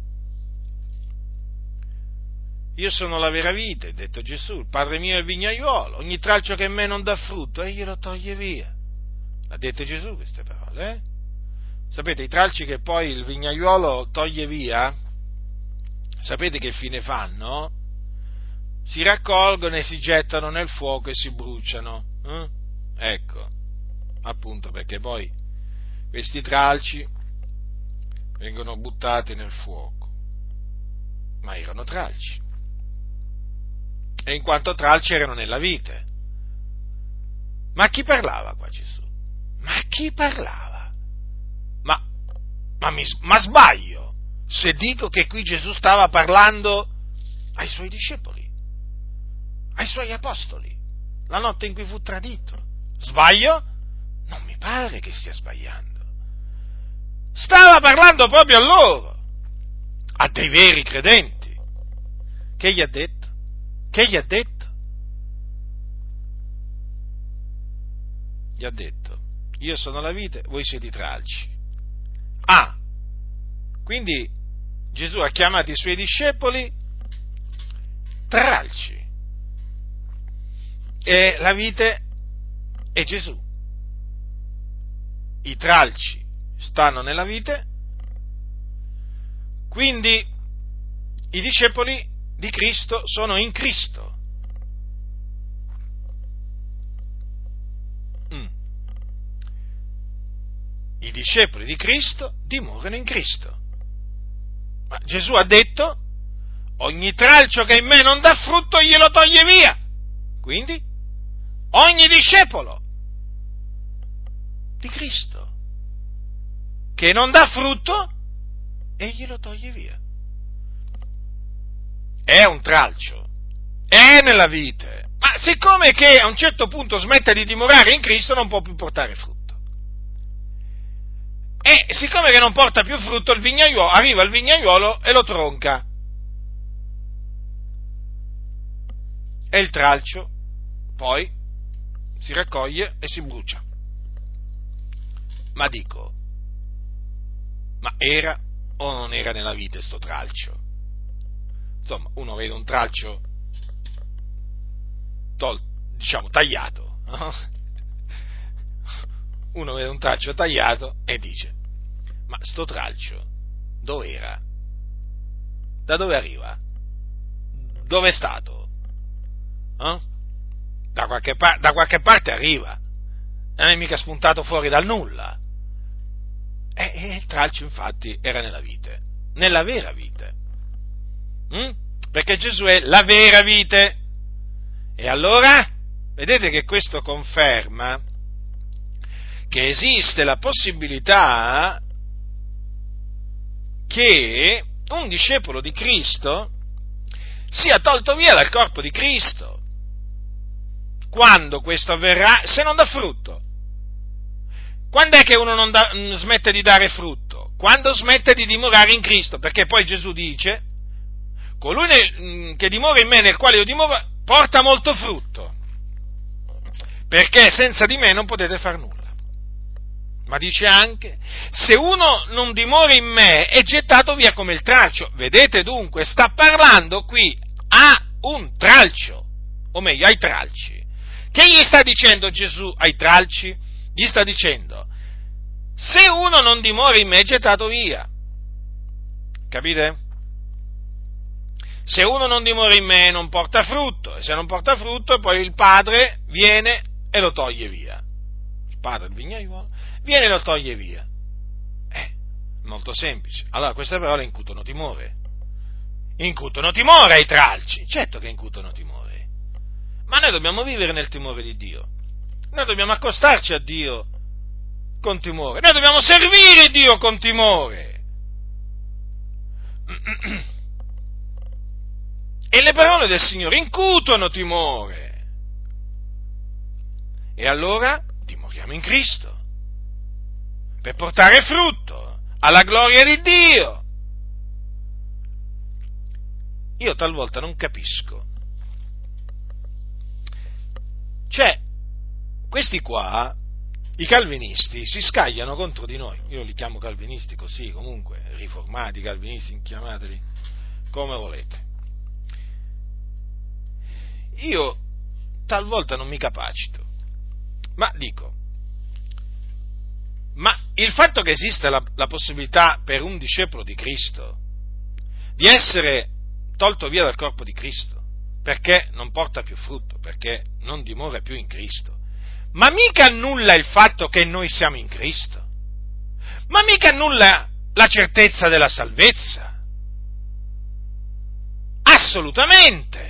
Io sono la vera vite, ha detto Gesù, il Padre mio è il vignaiuolo, ogni tralcio che in me non dà frutto, egli lo toglie via. L'ha detto Gesù queste parole, eh? Sapete, i tralci che poi il vignaiuolo toglie via, sapete che fine fanno? Si raccolgono e si gettano nel fuoco e si bruciano. Eh? Ecco, appunto perché poi questi tralci vengono buttati nel fuoco, ma erano tralci. E in quanto tralci erano nella vite. Ma chi parlava qua Gesù? Ma chi parlava? Ma, ma, mi, ma sbaglio se dico che qui Gesù stava parlando ai suoi discepoli, ai suoi apostoli, la notte in cui fu tradito. Sbaglio? Non mi pare che stia sbagliando. Stava parlando proprio a loro, a dei veri credenti. Che gli ha detto? Che gli ha detto? Gli ha detto: io sono la vite, voi siete i tralci. Ah, quindi Gesù ha chiamato i suoi discepoli tralci e la vite è Gesù. I tralci stanno nella vite, quindi i discepoli di Cristo sono in Cristo. Mm. I discepoli di Cristo dimorano in Cristo. Ma Gesù ha detto: ogni tralcio che in me non dà frutto glielo toglie via. Quindi ogni discepolo di Cristo che non dà frutto egli lo toglie via. È un tralcio, è nella vite, ma siccome che a un certo punto smette di dimorare in Cristo non può più portare frutto. E siccome che non porta più frutto, il vignaiuolo, arriva il vignaiuolo e lo tronca. e il tralcio poi si raccoglie e si brucia. Ma dico, ma era o non era nella vite sto tralcio? Insomma, uno vede un tralcio tol- diciamo tagliato, no? Uno vede un tralcio tagliato e dice, ma sto tralcio dove era? Da dove arriva? Dove è stato? Eh? Da, qualche par- da qualche parte arriva, non è mica spuntato fuori dal nulla. E, e il tralcio infatti era nella vite, nella vera vite, mm? Perché Gesù è la vera vite. E allora, vedete che questo conferma che esiste la possibilità che un discepolo di Cristo sia tolto via dal corpo di Cristo. Quando questo avverrà? Se non dà frutto. Quando è che uno non da, smette di dare frutto? Quando smette di dimorare in Cristo, perché poi Gesù dice, colui nel, che dimora in me, nel quale io dimoro, porta molto frutto, perché senza di me non potete far nulla. Ma dice anche, se uno non dimora in me è gettato via come il tralcio. Vedete dunque, sta parlando qui a un tralcio, o meglio ai tralci. Che gli sta dicendo Gesù ai tralci? Gli sta dicendo, se uno non dimora in me è gettato via. Capite? Se uno non dimora in me non porta frutto, e se non porta frutto poi il padre viene e lo toglie via. Il padre, il vignaiuolo, viene e lo toglie via. Eh, molto semplice. Allora queste parole incutono timore. Incutono timore ai tralci. Certo che incutono timore. Ma noi dobbiamo vivere nel timore di Dio. Noi dobbiamo accostarci a Dio con timore. Noi dobbiamo servire Dio con timore. E le parole del Signore incutono timore. E allora dimoriamo in Cristo per portare frutto alla gloria di Dio. Io talvolta non capisco. Cioè, questi qua, i calvinisti, si scagliano contro di noi. Io li chiamo calvinisti così, comunque, riformati, calvinisti, chiamateli come volete. Io talvolta non mi capacito, ma dico, ma il fatto che esista la, la possibilità per un discepolo di Cristo di essere tolto via dal corpo di Cristo, perché non porta più frutto, perché non dimora più in Cristo, ma mica annulla il fatto che noi siamo in Cristo, ma mica annulla la certezza della salvezza, assolutamente.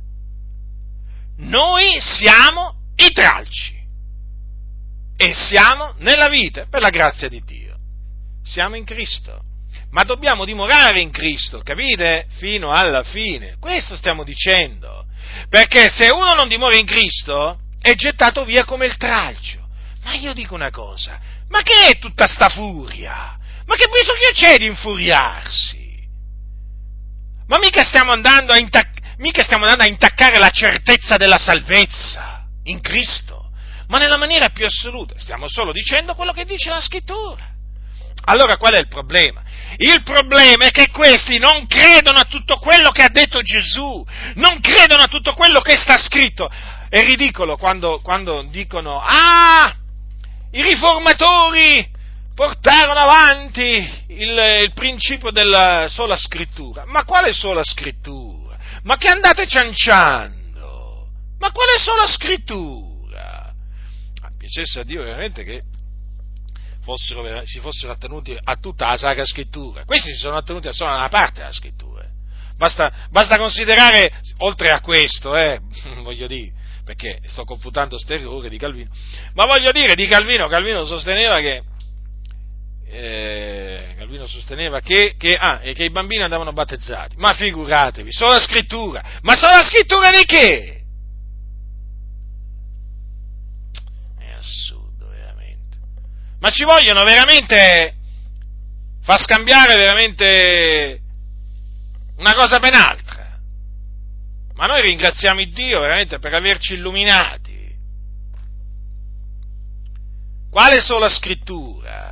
Noi siamo i tralci e siamo nella vita per la grazia di Dio, siamo in Cristo, ma dobbiamo dimorare in Cristo, capite? Fino alla fine, questo stiamo dicendo, perché se uno non dimora in Cristo è gettato via come il tralcio. Ma io dico una cosa, ma che è tutta sta furia? Ma che bisogno c'è di infuriarsi? Ma mica stiamo andando a intaccare Mica stiamo andando a intaccare la certezza della salvezza in Cristo, ma nella maniera più assoluta. Stiamo solo dicendo quello che dice la Scrittura. Allora qual è il problema? Il problema è che questi non credono a tutto quello che ha detto Gesù, non credono a tutto quello che sta scritto. È ridicolo quando, quando dicono, ah, i riformatori portarono avanti il, il principio della sola scrittura. Ma quale sola scrittura? Ma che andate cianciando? Ma quale sola scrittura? Ah, piacesse a Dio veramente che fossero, si fossero attenuti a tutta la Sacra Scrittura. Questi si sono attenuti solo a una parte della Scrittura. Basta, basta considerare, oltre a questo, eh, voglio dire, perché sto confutando questo errore di Calvino, ma voglio dire, di Calvino, Calvino sosteneva che Eh, Calvino sosteneva che, che, ah, che i bambini andavano battezzati, ma figuratevi, sola scrittura, ma sola scrittura di che? È assurdo veramente, ma ci vogliono veramente far scambiare veramente una cosa per un'altra, Ma noi ringraziamo il Dio veramente per averci illuminati. Quale sola scrittura?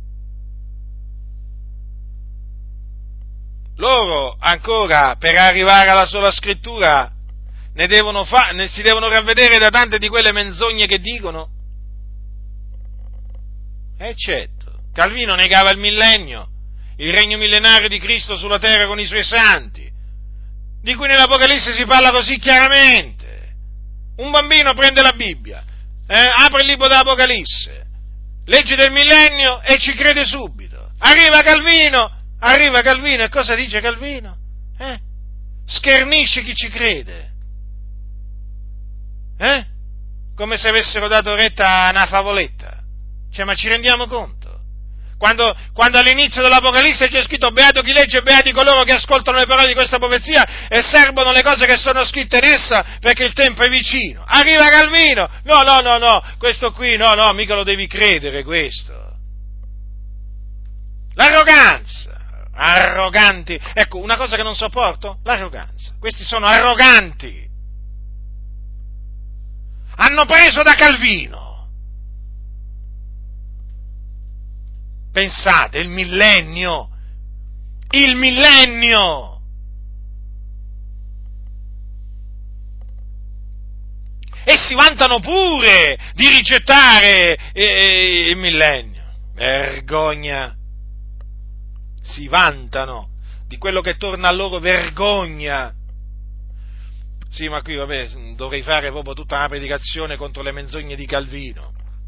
Loro ancora, per arrivare alla sola scrittura, ne devono fa- ne si devono ravvedere da tante di quelle menzogne che dicono. E certo, Calvino negava il millennio, il regno millenario di Cristo sulla terra con i suoi santi, di cui nell'Apocalisse si parla così chiaramente. Un bambino prende la Bibbia, eh, apre il libro dell'Apocalisse, legge del millennio e ci crede subito. Arriva Calvino, arriva Calvino e cosa dice Calvino? Eh? Schernisce chi ci crede. Eh? Come se avessero dato retta a una favoletta. Cioè, ma ci rendiamo conto? Quando, quando all'inizio dell'Apocalisse c'è scritto beato chi legge e beati coloro che ascoltano le parole di questa profezia e servono le cose che sono scritte in essa perché il tempo è vicino. Arriva Calvino, no, no, no, no, questo qui, no, no, mica lo devi credere questo. L'arroganza, arroganti, ecco, una cosa che non sopporto, l'arroganza, questi sono arroganti, hanno preso da Calvino. Pensate, il millennio, il millennio, e si vantano pure di rigettare eh, il millennio. Vergogna, si vantano di quello che torna a loro, vergogna. Sì, ma qui vabbè, dovrei fare proprio tutta una predicazione contro le menzogne di Calvino.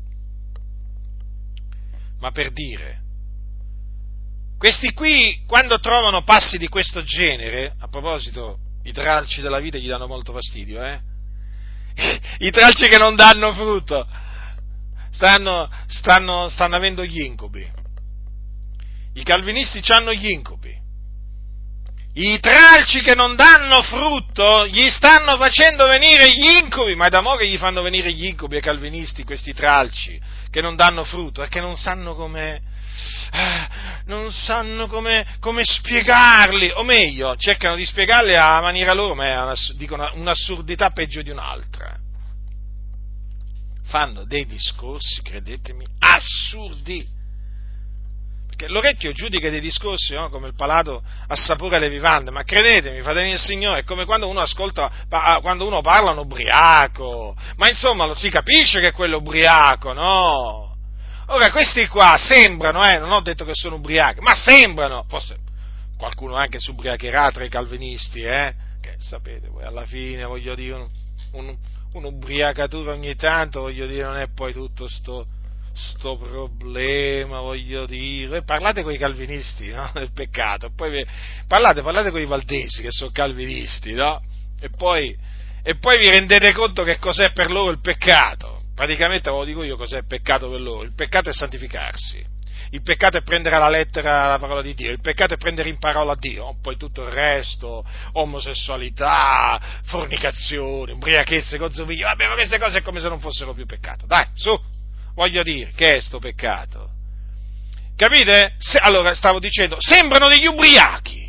Ma per dire, questi qui, quando trovano passi di questo genere, a proposito, i tralci della vita gli danno molto fastidio, eh? I tralci che non danno frutto, stanno, stanno, stanno avendo gli incubi. I calvinisti hanno gli incubi. I tralci che non danno frutto gli stanno facendo venire gli incubi, ma è da mo' che gli fanno venire gli incubi ai calvinisti questi tralci che non danno frutto, perché non sanno come eh, non sanno come, come spiegarli, o meglio, cercano di spiegarli a maniera loro, ma è una, dicono un'assurdità peggio di un'altra. Fanno dei discorsi, credetemi, assurdi. Perché l'orecchio giudica dei discorsi, no? Come il palato assapora le vivande, ma credetemi, fratelli del Signore, è come quando uno ascolta, quando uno parla un ubriaco, ma insomma lo si capisce che è quello ubriaco, no? Ora questi qua sembrano, eh, non ho detto che sono ubriachi, ma sembrano, forse qualcuno anche si ubriacherà tra i calvinisti, eh, che sapete, poi alla fine, voglio dire, un, un, un'ubriacatura ogni tanto, voglio dire, non è poi tutto sto... sto problema, voglio dire, parlate con i calvinisti, no? Del peccato, poi parlate, parlate con i valdesi che sono calvinisti, no? E poi, e poi vi rendete conto che cos'è per loro il peccato. Praticamente ve lo dico io cos'è il peccato per loro. Il peccato è santificarsi, il peccato è prendere alla lettera la parola di Dio, il peccato è prendere in parola Dio, poi tutto il resto, omosessualità, fornicazione, ubriachezze, gozzoviglie, vabbè, ma queste cose è come se non fossero più peccato, dai, su! Voglio dire, che è sto peccato? Capite? Se, allora, stavo dicendo, sembrano degli ubriachi.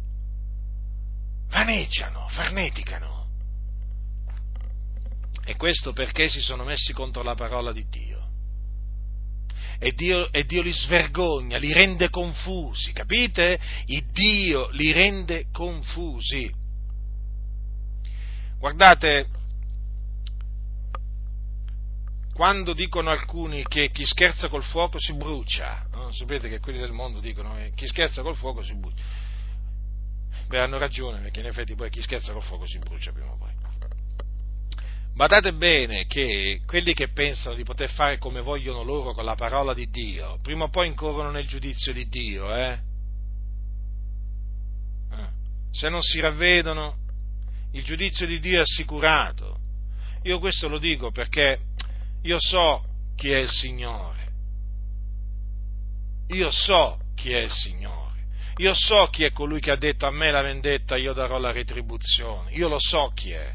Vaneggiano, farneticano. E questo perché si sono messi contro la parola di Dio. E Dio, e Dio li svergogna, li rende confusi, capite? Il Dio li rende confusi. Guardate, quando dicono alcuni che chi scherza col fuoco si brucia, no? Sapete che quelli del mondo dicono che chi scherza col fuoco si brucia. Beh, hanno ragione, perché in effetti poi chi scherza col fuoco si brucia prima o poi. Badate bene che quelli che pensano di poter fare come vogliono loro con la parola di Dio, prima o poi incorrono nel giudizio di Dio, eh? eh. Se non si ravvedono, il giudizio di Dio è assicurato. Io questo lo dico perché io so chi è il Signore, io so chi è il Signore, io so chi è colui che ha detto a me la vendetta, io darò la retribuzione, io lo so chi è.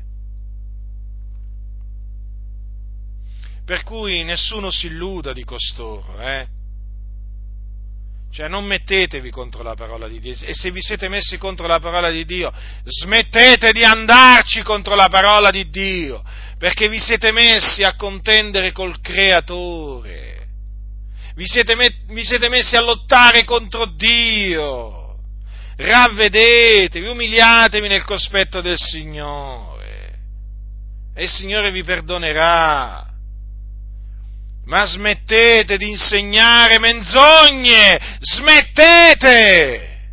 Per cui nessuno si illuda di costoro, eh? Cioè non mettetevi contro la parola di Dio, e se vi siete messi contro la parola di Dio, smettete di andarci contro la parola di Dio, perché vi siete messi a contendere col Creatore, vi siete, met- vi siete messi a lottare contro Dio. Ravvedetevi, umiliatevi nel cospetto del Signore, e il Signore vi perdonerà. Ma smettete di insegnare menzogne! Smettete!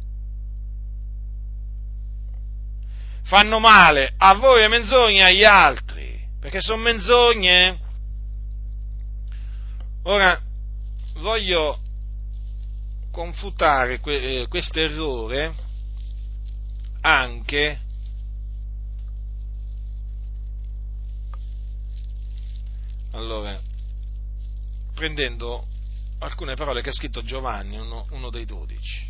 Fanno male a voi le menzogne e agli altri, perché sono menzogne. Ora, voglio confutare que- eh, questo errore anche allora prendendo alcune parole che ha scritto Giovanni, uno, uno dei dodici.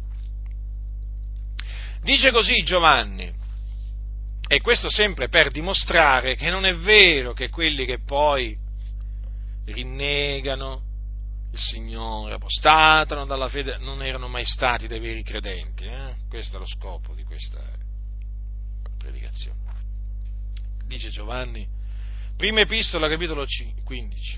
Dice così Giovanni, e questo sempre per dimostrare che non è vero che quelli che poi rinnegano il Signore, apostatano dalla fede, non erano mai stati dei veri credenti. Eh? Questo è lo scopo di questa predicazione. Dice Giovanni, prima epistola, capitolo quindici.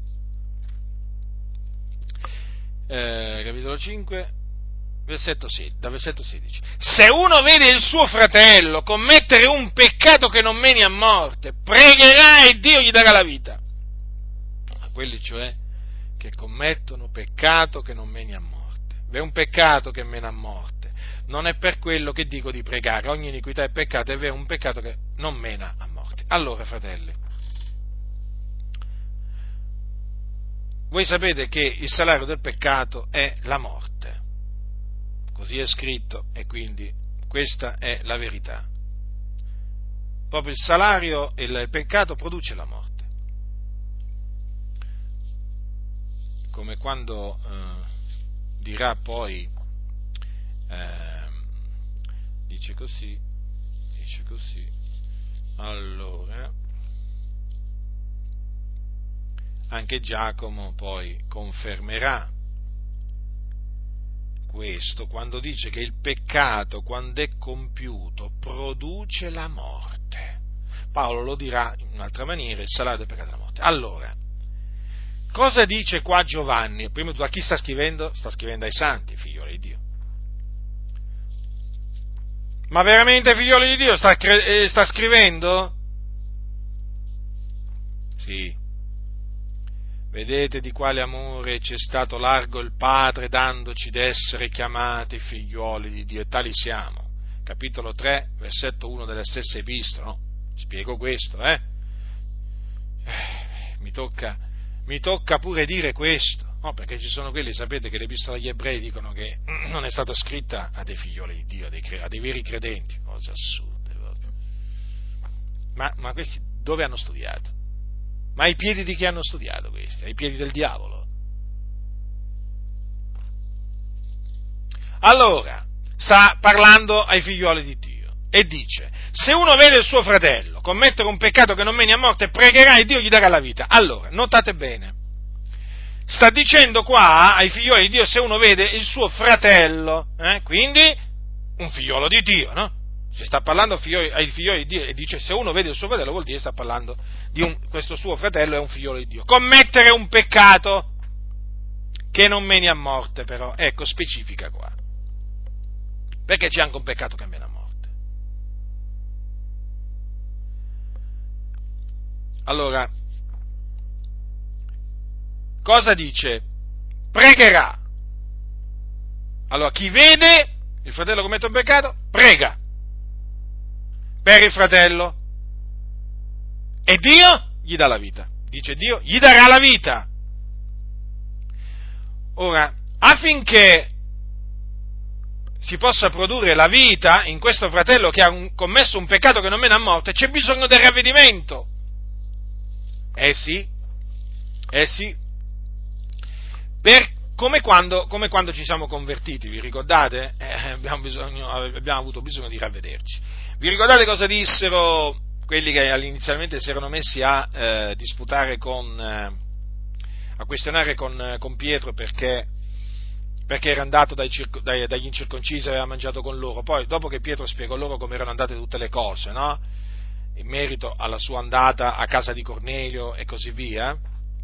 Eh, capitolo cinque, versetto sedici, da versetto sedici. Se uno vede il suo fratello commettere un peccato che non meni a morte, pregherà e Dio gli darà la vita. A quelli cioè che commettono peccato che non meni a morte. V'è un peccato che mena a morte. Non è per quello che dico di pregare, ogni iniquità è peccato, è vero, un peccato che non mena a morte. Allora, fratelli, voi sapete che il salario del peccato è la morte, così è scritto, e quindi questa è la verità. Proprio il salario, il peccato produce la morte. Come quando eh, dirà poi, eh, dice così, dice così, allora, anche Giacomo poi confermerà questo quando dice che il peccato, quando è compiuto, produce la morte. Paolo lo dirà in un'altra maniera, il salario del peccato è la morte. Allora, cosa dice qua Giovanni? Prima di tutto, a chi sta scrivendo? Sta scrivendo ai santi, figlioli di Dio. Ma veramente, figlioli di Dio, sta, eh, sta scrivendo? Sì. Vedete di quale amore ci è stato largo il Padre, dandoci d'essere chiamati figliuoli di Dio, e tali siamo. Capitolo tre, versetto uno della stessa epistola, no? Spiego questo, eh? eh mi tocca, mi tocca pure dire questo, no? Perché ci sono quelli, sapete, che l'epistola agli ebrei dicono che non è stata scritta a dei figlioli di Dio, a dei, a dei veri credenti, cose assurde proprio. Ma, ma questi dove hanno studiato? Ma ai piedi di chi hanno studiato questi? Ai piedi del diavolo? Allora, sta parlando ai figlioli di Dio e dice, se uno vede il suo fratello commettere un peccato che non meni a morte, pregherà e Dio gli darà la vita. Allora, notate bene, sta dicendo qua ai figlioli di Dio, se uno vede il suo fratello, eh, quindi un figliolo di Dio, no? Si sta parlando ai figlioli di Dio e dice se uno vede il suo fratello vuol dire sta parlando di un, questo suo fratello è un figliolo di Dio. Commettere un peccato che non meni a morte, però, ecco, specifica qua. Perché c'è anche un peccato che mena a morte. Allora, cosa dice? Pregherà. Allora, chi vede il fratello commette un peccato, prega per il fratello e Dio gli dà la vita. Dice Dio gli darà la vita. Ora, affinché si possa produrre la vita in questo fratello che ha un, commesso un peccato che non mena a morte, c'è bisogno del ravvedimento. Eh sì, eh sì. Per, come, quando, come quando ci siamo convertiti, vi ricordate? Eh, abbiamo, bisogno, abbiamo avuto bisogno di ravvederci. Vi ricordate cosa dissero quelli che inizialmente si erano messi a eh, disputare con, eh, a questionare con, con Pietro perché, perché era andato dai, dai, dagli incirconcisi e aveva mangiato con loro. Poi, dopo che Pietro spiegò loro come erano andate tutte le cose, no? In merito alla sua andata a casa di Cornelio e così via,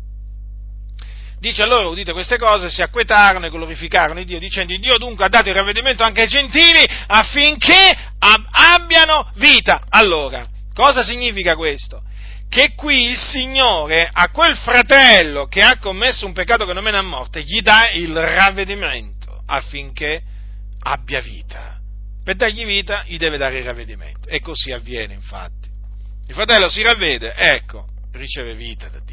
dice: allora, udite queste cose, si acquetarono e glorificarono Dio, dicendo: Dio dunque ha dato il ravvedimento anche ai gentili affinché ab- abbiano vita. Allora, cosa significa questo? Che qui il Signore a quel fratello che ha commesso un peccato che non mena a morte gli dà il ravvedimento affinché abbia vita. Per dargli vita gli deve dare il ravvedimento, e così avviene, infatti. Il fratello si ravvede, ecco, riceve vita da Dio.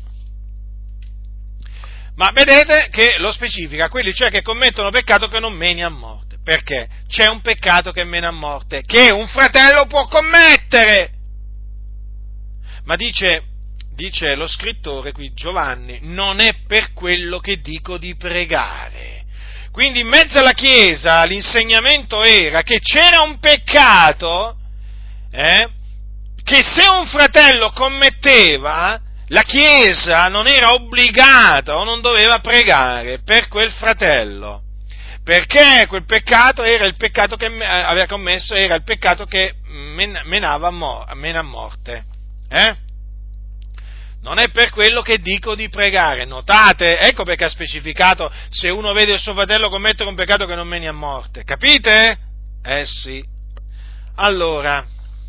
Ma vedete che lo specifica, quelli cioè che commettono peccato che non meni a morte. Perché? C'è un peccato che mena a morte, che un fratello può commettere. Ma dice, dice lo scrittore qui, Giovanni, non è per quello che dico di pregare. Quindi in mezzo alla Chiesa l'insegnamento era che c'era un peccato, eh, che se un fratello commetteva, la Chiesa non era obbligata o non doveva pregare per quel fratello, perché quel peccato era il peccato che aveva commesso, era il peccato che menava a morte. Eh? Non è per quello che dico di pregare. Notate? Ecco perché ha specificato: se uno vede il suo fratello commettere un peccato che non meni a morte. Capite? Eh sì. Allora,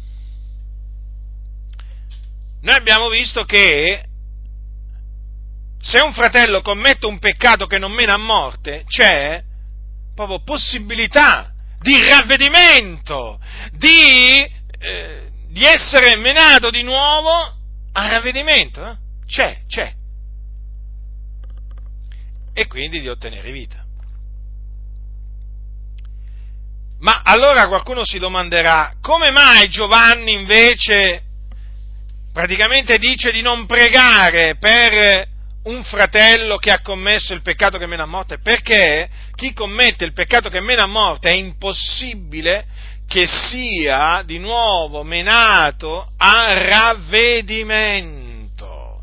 noi abbiamo visto che se un fratello commette un peccato che non mena a morte, c'è proprio possibilità di ravvedimento, di, eh, di essere menato di nuovo a ravvedimento. Eh? C'è, c'è. E quindi di ottenere vita. Ma allora qualcuno si domanderà: come mai Giovanni invece praticamente dice di non pregare per un fratello che ha commesso il peccato che mena a morte? Perché chi commette il peccato che mena a morte è impossibile che sia di nuovo menato a ravvedimento.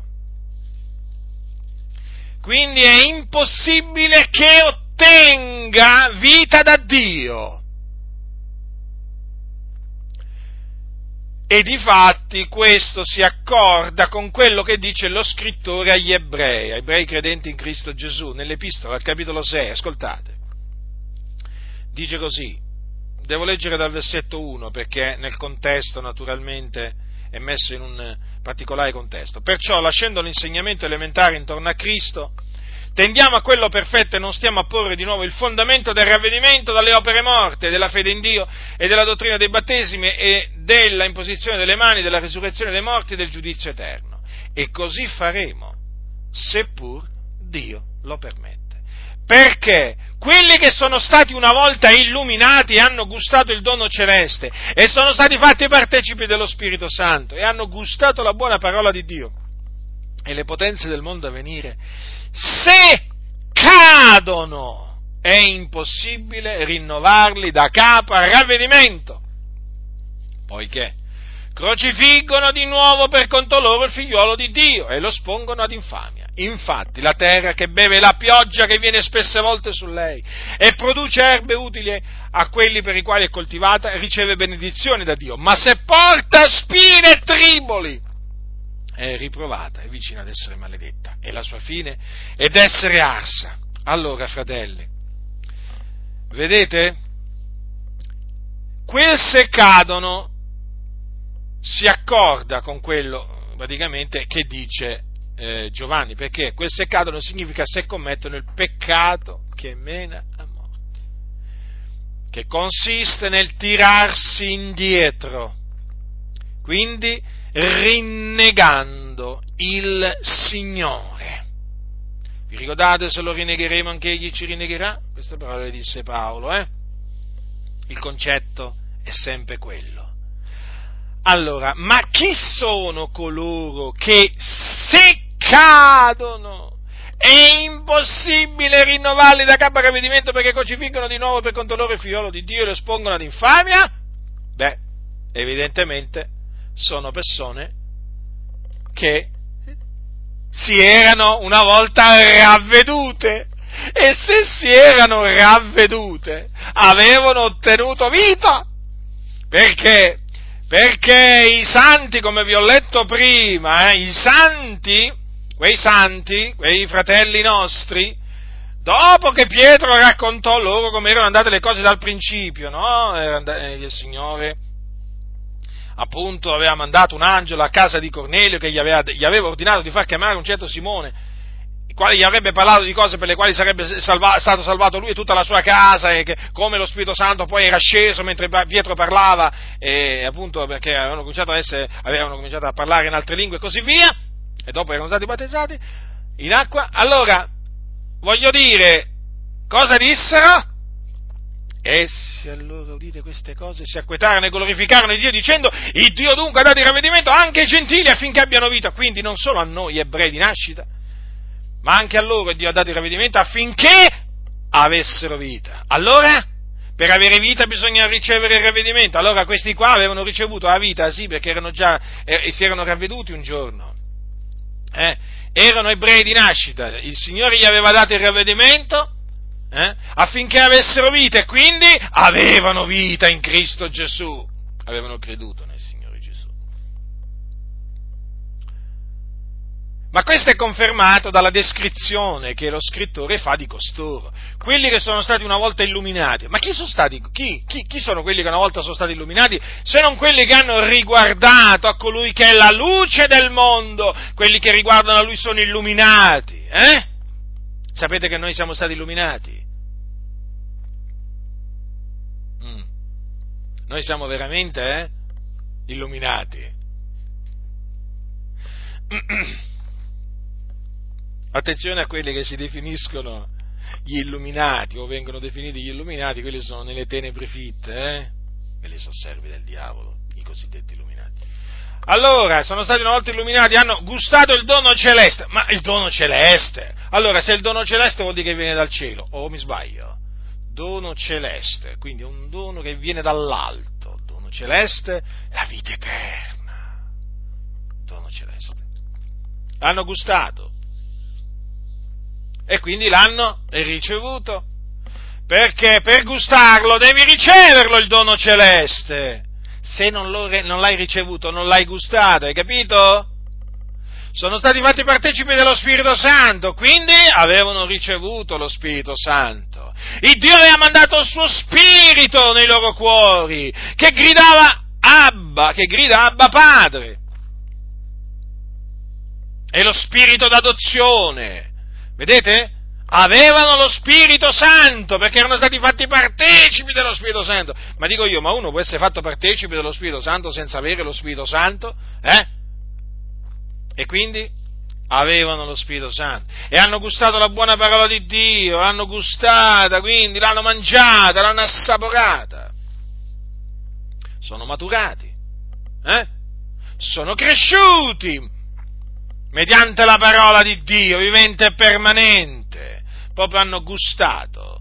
Quindi è impossibile che ottenga vita da Dio. E difatti questo si accorda con quello che dice lo scrittore agli ebrei, ai ebrei credenti in Cristo Gesù, nell'epistola al capitolo sei, ascoltate. Dice così, devo leggere dal versetto uno perché nel contesto naturalmente è messo in un particolare contesto. Perciò, lasciando l'insegnamento elementare intorno a Cristo, tendiamo a quello perfetto e non stiamo a porre di nuovo il fondamento del ravvedimento dalle opere morte, della fede in Dio e della dottrina dei battesimi e della imposizione delle mani, della risurrezione dei morti e del giudizio eterno. E così faremo, seppur Dio lo permette. Perché quelli che sono stati una volta illuminati e hanno gustato il dono celeste e sono stati fatti partecipi dello Spirito Santo e hanno gustato la buona parola di Dio e le potenze del mondo a venire, se cadono è impossibile rinnovarli da capo a ravvedimento, poiché crocifiggono di nuovo per conto loro il figliuolo di Dio e lo espongono ad infamia. Infatti la terra che beve la pioggia che viene spesse volte su lei e produce erbe utili a quelli per i quali è coltivata riceve benedizioni da Dio, ma se porta spine e triboli è riprovata, è vicina ad essere maledetta, e la sua fine è d'essere arsa. Allora, fratelli, vedete? Quel se cadono si accorda con quello, praticamente, che dice eh, Giovanni, perché quel se cadono significa se commettono il peccato che mena a morte, che consiste nel tirarsi indietro, quindi rinnegando il Signore. Vi ricordate, se lo rinnegheremo anche egli ci rinnegherà? Queste parole le disse Paolo, eh? Il concetto è sempre quello. Allora, ma chi sono coloro che se cadono è impossibile rinnovarli da capo a ravvedimento perché crocifiggono di nuovo per conto loro il figliolo di Dio e lo espongono ad infamia? Beh, evidentemente sono persone che si erano una volta ravvedute, e se si erano ravvedute avevano ottenuto vita. Perché? Perché i santi, come vi ho letto prima, eh, i santi, quei santi, quei fratelli nostri, dopo che Pietro raccontò loro come erano andate le cose dal principio, no? Il Signore appunto aveva mandato un angelo a casa di Cornelio che gli aveva, gli aveva ordinato di far chiamare un certo Simone, il quale gli avrebbe parlato di cose per le quali sarebbe salva, stato salvato lui e tutta la sua casa, e che, come lo Spirito Santo poi era sceso mentre Pietro parlava, e appunto perché avevano cominciato, a essere, avevano cominciato a parlare in altre lingue e così via, e dopo erano stati battezzati in acqua. Allora, voglio dire, cosa dissero? Essi allora, udite queste cose, si acquetarono e glorificarono il Dio dicendo: il Dio dunque ha dato il ravvedimento anche ai gentili affinché abbiano vita. Quindi non solo a noi ebrei di nascita, ma anche a loro Dio ha dato il ravvedimento affinché avessero vita. Allora, per avere vita bisogna ricevere il ravvedimento. Allora questi qua avevano ricevuto la vita, sì, perché erano già, eh, si erano ravveduti un giorno. Eh? Erano ebrei di nascita, il Signore gli aveva dato il ravvedimento, Eh? affinché avessero vita, e quindi avevano vita in Cristo Gesù, avevano creduto nel Signore Gesù. Ma questo è confermato dalla descrizione che lo scrittore fa di costoro, quelli che sono stati una volta illuminati. Ma chi sono stati? Chi, chi, chi sono quelli che una volta sono stati illuminati? Se non quelli che hanno riguardato a colui che è la luce del mondo, quelli che riguardano a lui sono illuminati, eh? Sapete che noi siamo stati illuminati? Mm. Noi siamo veramente eh, illuminati. Attenzione a quelli che si definiscono gli illuminati, o vengono definiti gli illuminati, quelli sono nelle tenebre fitte, eh? Quelli sono servi del diavolo, i cosiddetti illuminati. Allora, sono stati una volta illuminati, hanno gustato il dono celeste, ma il dono celeste? Allora, se il dono celeste vuol dire che viene dal cielo, o mi sbaglio? Dono celeste, quindi è un dono che viene dall'alto, dono celeste, la vita eterna, dono celeste. L'hanno gustato e quindi l'hanno ricevuto, perché per gustarlo devi riceverlo il dono celeste. Se non, lo, non l'hai ricevuto, non l'hai gustato, hai capito? Sono stati fatti partecipi dello Spirito Santo, quindi avevano ricevuto lo Spirito Santo. Il Dio aveva mandato il suo Spirito nei loro cuori, che gridava Abba, che grida Abba Padre. E lo Spirito d'adozione, vedete? Avevano lo Spirito Santo, perché erano stati fatti partecipi dello Spirito Santo. Ma dico io, ma uno può essere fatto partecipe dello Spirito Santo senza avere lo Spirito Santo? Eh? E quindi avevano lo Spirito Santo e hanno gustato la buona parola di Dio, l'hanno gustata, quindi l'hanno mangiata, l'hanno assaporata. Sono maturati, eh? Sono cresciuti mediante la parola di Dio, vivente e permanente. Proprio hanno gustato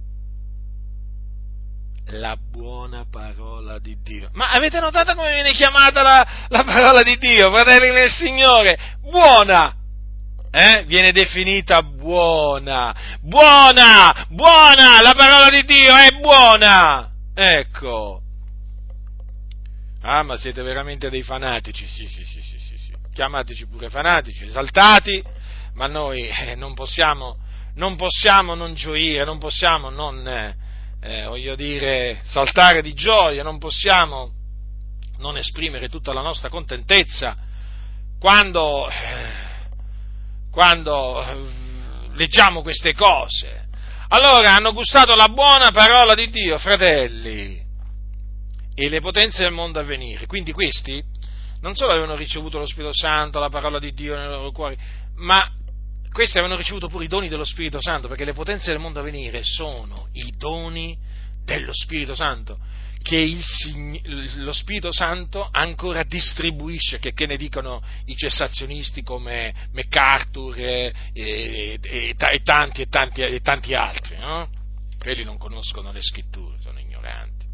la buona parola di Dio. Ma avete notato come viene chiamata la, la parola di Dio, fratelli nel Signore? Buona! Eh? Viene definita buona. Buona! Buona! La parola di Dio è buona! Ecco. Ah, ma siete veramente dei fanatici, sì, sì, sì, sì, sì, sì. Chiamateci pure fanatici, esaltati, ma noi eh, non possiamo, non possiamo non gioire, non possiamo non... Eh, Eh, voglio dire, saltare di gioia, non possiamo non esprimere tutta la nostra contentezza quando, eh, quando eh, leggiamo queste cose. Allora, hanno gustato la buona parola di Dio, fratelli, e le potenze del mondo a venire. Quindi questi non solo avevano ricevuto lo Spirito Santo, la parola di Dio nei loro cuori, ma questi avevano ricevuto pure i doni dello Spirito Santo, perché le potenze del mondo a venire sono i doni dello Spirito Santo, che il, lo Spirito Santo ancora distribuisce, che, che ne dicono i cessazionisti come MacArthur e, e, e, e, tanti, e, tanti, e tanti altri, no? Quelli non conoscono le scritture, sono ignoranti.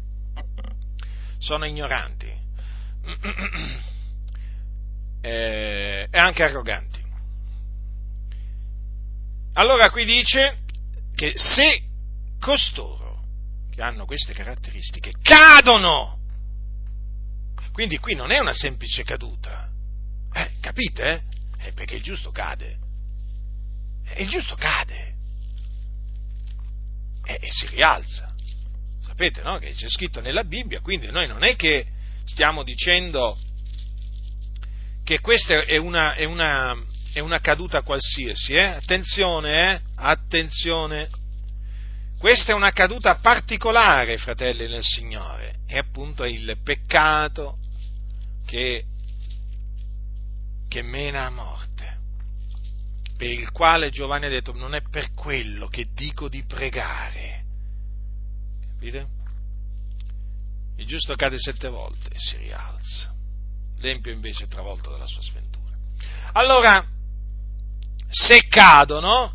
Sono ignoranti e, e anche arroganti. Allora qui dice che se costoro che hanno queste caratteristiche cadono, quindi qui non è una semplice caduta, eh, capite? Eh, perché il giusto cade, eh, il giusto cade eh, e si rialza, sapete, no? Che c'è scritto nella Bibbia, quindi noi non è che stiamo dicendo che questa è una, è una, è una caduta qualsiasi, eh? Attenzione, eh? Attenzione, questa è una caduta particolare, fratelli nel Signore, è appunto il peccato che, che mena a morte, per il quale Giovanni ha detto: non è per quello che dico di pregare, capite? Il giusto cade sette volte e si rialza, l'empio invece è travolto dalla sua sventura. Allora, se cadono,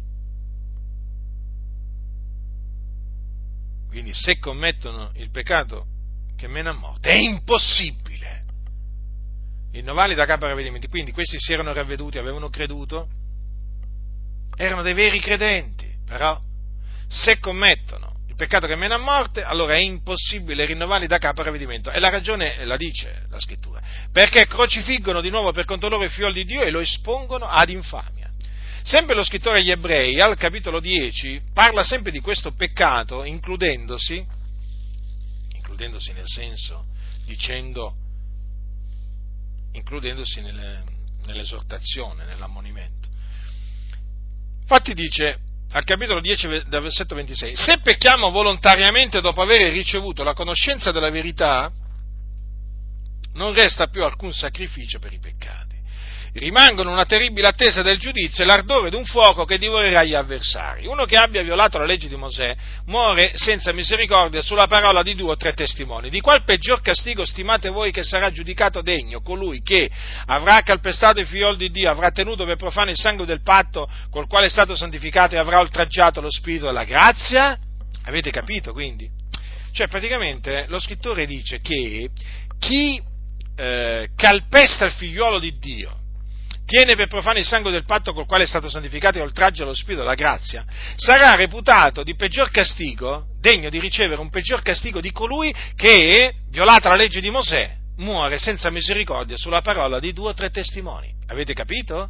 quindi se commettono il peccato che mena a morte, è impossibile rinnovarli da capo a ravvedimenti. Quindi questi si erano ravveduti, avevano creduto, erano dei veri credenti, però se commettono il peccato che mena a morte, allora è impossibile rinnovarli da capo a ravvedimento. E la ragione la dice la Scrittura: perché crocifiggono di nuovo per conto loro il figlio di Dio e lo espongono ad infamia. Sempre lo scrittore agli Ebrei, al capitolo dieci, parla sempre di questo peccato, includendosi, includendosi nel senso, dicendo, includendosi nelle, nell'esortazione, nell'ammonimento. Infatti dice, al capitolo dieci, dal versetto ventisei, se pecchiamo volontariamente dopo aver ricevuto la conoscenza della verità, non resta più alcun sacrificio per i peccati. Rimangono una terribile attesa del giudizio e l'ardore d'un fuoco che divorerà gli avversari. Uno che abbia violato la legge di Mosè muore senza misericordia sulla parola di due o tre testimoni. Di qual peggior castigo stimate voi che sarà giudicato degno colui che avrà calpestato il figliol di Dio, avrà tenuto per profano il sangue del patto col quale è stato santificato e avrà oltraggiato lo spirito della grazia? Avete capito quindi? Cioè praticamente lo scrittore dice che chi eh, calpesta il figliolo di Dio, tiene per profano il sangue del patto col quale è stato santificato e oltraggia lo spirito della grazia, sarà reputato di peggior castigo, degno di ricevere un peggior castigo di colui che, violata la legge di Mosè, muore senza misericordia sulla parola di due o tre testimoni. Avete capito?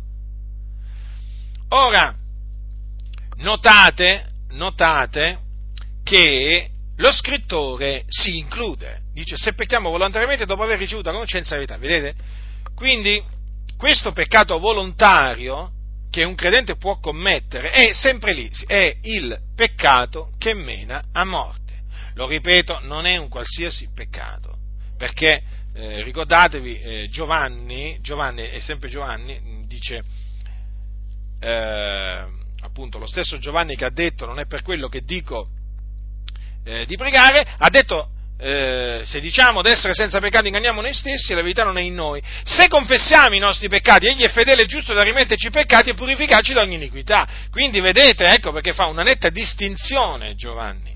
Ora, notate, notate che lo scrittore si include, dice se pecchiamo volontariamente dopo aver ricevuto la conoscenza della verità, vedete? Quindi questo peccato volontario che un credente può commettere è sempre lì, è il peccato che mena a morte. Lo ripeto, non è un qualsiasi peccato, perché eh, ricordatevi eh, Giovanni, Giovanni è sempre Giovanni, dice eh, appunto lo stesso Giovanni che ha detto non è per quello che dico eh, di pregare, ha detto Eh, se diciamo d'essere senza peccato inganniamo noi stessi e la verità non è in noi. Se confessiamo i nostri peccati, egli è fedele e giusto da rimetterci i peccati e purificarci da ogni iniquità. Quindi vedete, ecco perché fa una netta distinzione Giovanni.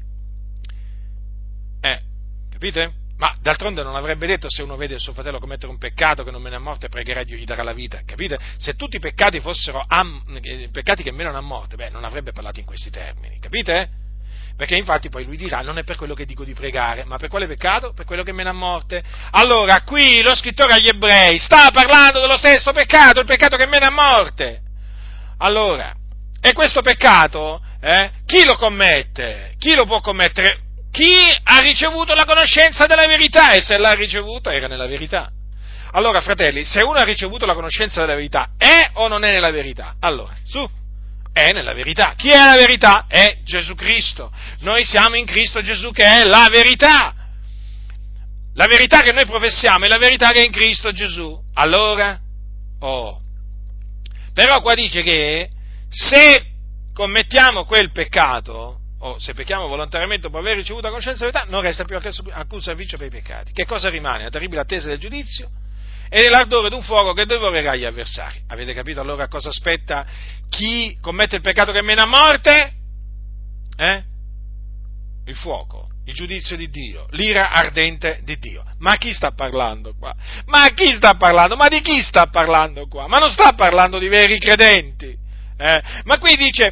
Eh, capite? Ma d'altronde non avrebbe detto se uno vede il suo fratello commettere un peccato che non mena a morte pregherà Dio gli darà la vita, capite? Se tutti i peccati fossero am, peccati che menano a morte, beh, non avrebbe parlato in questi termini, capite? Perché infatti poi lui dirà, non è per quello che dico di pregare, ma per quale peccato? Per quello che mena a morte. Allora, qui lo scrittore agli Ebrei sta parlando dello stesso peccato, il peccato che mena a morte. Allora, e questo peccato, eh, chi lo commette? Chi lo può commettere? Chi ha ricevuto la conoscenza della verità, e se l'ha ricevuta era nella verità. Allora, fratelli, se uno ha ricevuto la conoscenza della verità, è o non è nella verità? Allora, su. È nella verità. Chi è la verità? È Gesù Cristo. Noi siamo in Cristo Gesù che è la verità. La verità che noi professiamo è la verità che è in Cristo Gesù. Allora, oh, però qua dice che se commettiamo quel peccato, o se pecchiamo volontariamente dopo aver ricevuto la conoscenza della verità, non resta più alcun sacrificio per i peccati. Che cosa rimane? La terribile attesa del giudizio e l'ardore d'un fuoco che divorerà gli avversari. Avete capito allora a cosa aspetta chi commette il peccato che mena a morte? Eh? Il fuoco, il giudizio di Dio, l'ira ardente di Dio. Ma chi sta parlando qua? Ma chi sta parlando? Ma di chi sta parlando qua? Ma non sta parlando di veri credenti. Eh? Ma qui dice,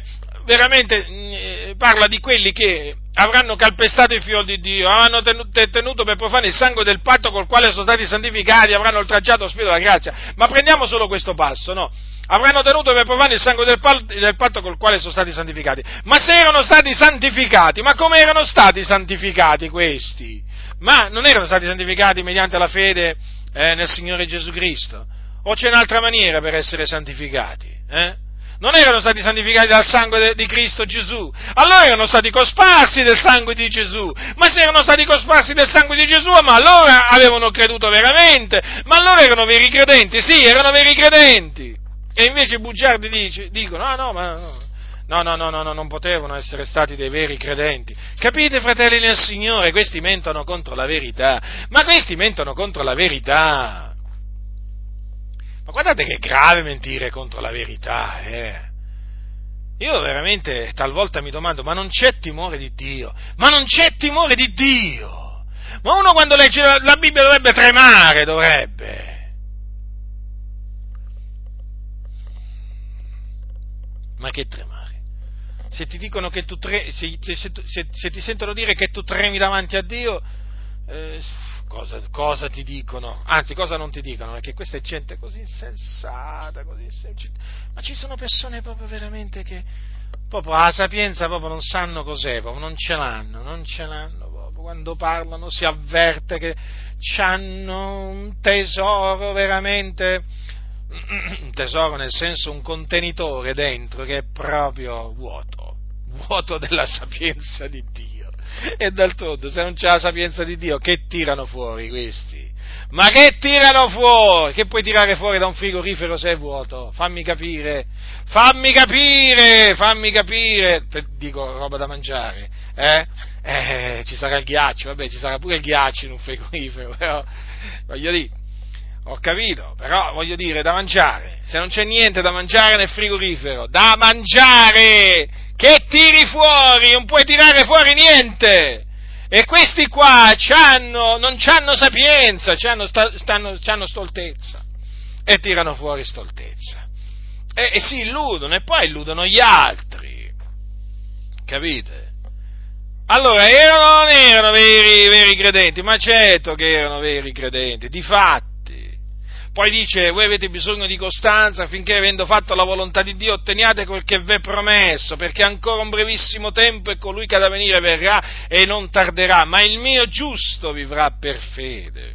veramente eh, parla di quelli che avranno calpestato il figlio di Dio, avranno tenuto, tenuto per profano il sangue del patto col quale sono stati santificati, avranno oltraggiato lo spirito della grazia. Ma prendiamo solo questo passo, no? Avranno tenuto per profano il sangue del patto, del patto col quale sono stati santificati. Ma se erano stati santificati, ma come erano stati santificati questi? Ma non erano stati santificati mediante la fede eh, nel Signore Gesù Cristo? O c'è un'altra maniera per essere santificati? Eh? Non erano stati santificati dal sangue de, di Cristo Gesù? Allora erano stati cosparsi del sangue di Gesù. Ma se erano stati cosparsi del sangue di Gesù, ma allora avevano creduto veramente? Ma allora erano veri credenti? Sì, erano veri credenti. E invece i bugiardi dice, dicono, ah no, ma no. No, no, no, no, no, non potevano essere stati dei veri credenti. Capite, fratelli nel Signore? Questi mentono contro la verità. Ma questi mentono contro la verità. Ma guardate che è grave mentire contro la verità, eh. Io veramente talvolta mi domando, ma non c'è timore di Dio? Ma non c'è timore di Dio? Ma uno quando legge la, la Bibbia dovrebbe tremare, dovrebbe. Ma che tremare? Se ti dicono che tu tre, se, se, se, se ti sentono dire che tu tremi davanti a Dio, eh, cosa, cosa ti dicono? Anzi, cosa non ti dicono? Perché questa è gente così insensata, così insensata. Ma ci sono persone proprio veramente che proprio la sapienza proprio non sanno cos'è, proprio non ce l'hanno, non ce l'hanno proprio. Quando parlano si avverte che c'hanno un tesoro veramente, un tesoro nel senso un contenitore dentro che è proprio vuoto, vuoto della sapienza di Dio. E d'altronde, se non c'è la sapienza di Dio, che tirano fuori questi? Ma che tirano fuori? Che puoi tirare fuori da un frigorifero se è vuoto? Fammi capire, fammi capire, fammi capire, dico roba da mangiare, eh? Eh, ci sarà il ghiaccio, vabbè, ci sarà pure il ghiaccio in un frigorifero, però, voglio dire, ho capito, però voglio dire, da mangiare, se non c'è niente da mangiare nel frigorifero, da mangiare, che tiri fuori, non puoi tirare fuori niente, e questi qua c'hanno, non c'hanno sapienza, c'hanno, stanno, c'hanno stoltezza, e tirano fuori stoltezza, e, e si illudono, e poi illudono gli altri, capite? Allora, erano o non erano veri, veri credenti? Ma certo che erano veri credenti, difatti. Poi dice, voi avete bisogno di costanza affinché, avendo fatto la volontà di Dio, otteniate quel che v'è promesso, perché ancora un brevissimo tempo e colui che ha da venire verrà e non tarderà, ma il mio giusto vivrà per fede.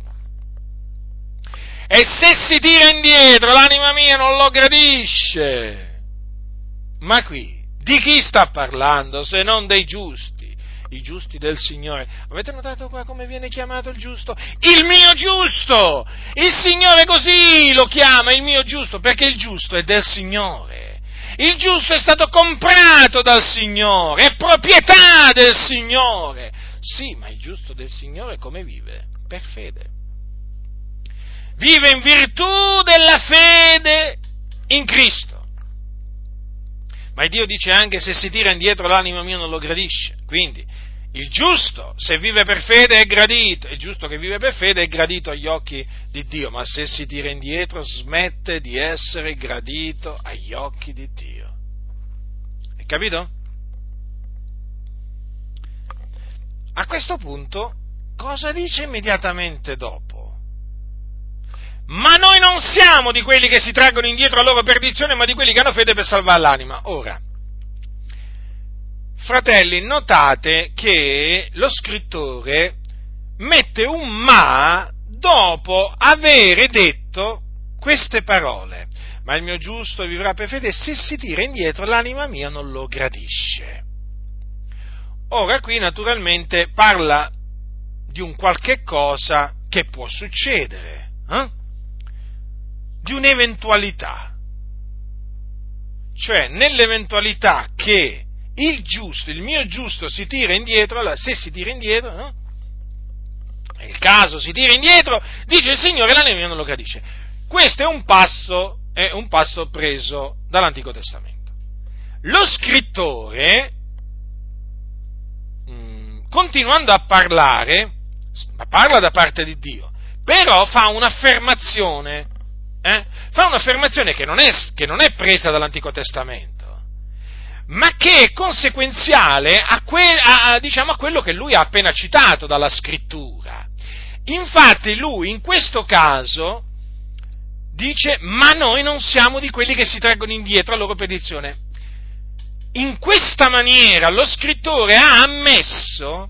E se si tira indietro, l'anima mia non lo gradisce. Ma qui, di chi sta parlando se non dei giusti? I giusti del Signore. Avete notato qua come viene chiamato il giusto? Il mio giusto! Il Signore così lo chiama, il mio giusto, perché il giusto è del Signore. Il giusto è stato comprato dal Signore, è proprietà del Signore. Sì, ma il giusto del Signore come vive? Per fede. Vive in virtù della fede in Cristo. Ma Dio dice anche, se si tira indietro l'anima mia non lo gradisce. Quindi il giusto, se vive per fede, è gradito, il giusto che vive per fede è gradito agli occhi di Dio, ma se si tira indietro smette di essere gradito agli occhi di Dio. Hai capito? A questo punto, cosa dice immediatamente dopo? Ma noi non siamo di quelli che si traggono indietro a loro perdizione, ma di quelli che hanno fede per salvare l'anima. Ora, fratelli, notate che lo scrittore mette un ma dopo avere detto queste parole. Ma il mio giusto vivrà per fede, e se si tira indietro l'anima mia non lo gradisce. Ora qui naturalmente parla di un qualche cosa che può succedere, eh? Di un'eventualità. Cioè, nell'eventualità che il giusto, il mio giusto si tira indietro, allora, se si tira indietro, no? È il caso, si tira indietro, dice il Signore, l'anima mia non lo gradisce. Questo è un passo, è un passo preso dall'Antico Testamento. Lo scrittore, mh, continuando a parlare, parla da parte di Dio, però fa un'affermazione, eh? fa un'affermazione che non è, che non è presa dall'Antico Testamento, ma che è conseguenziale a, que- a, diciamo, a quello che lui ha appena citato dalla Scrittura. Infatti lui in questo caso dice: ma noi non siamo di quelli che si traggono indietro a loro perdizione. In questa maniera lo scrittore ha ammesso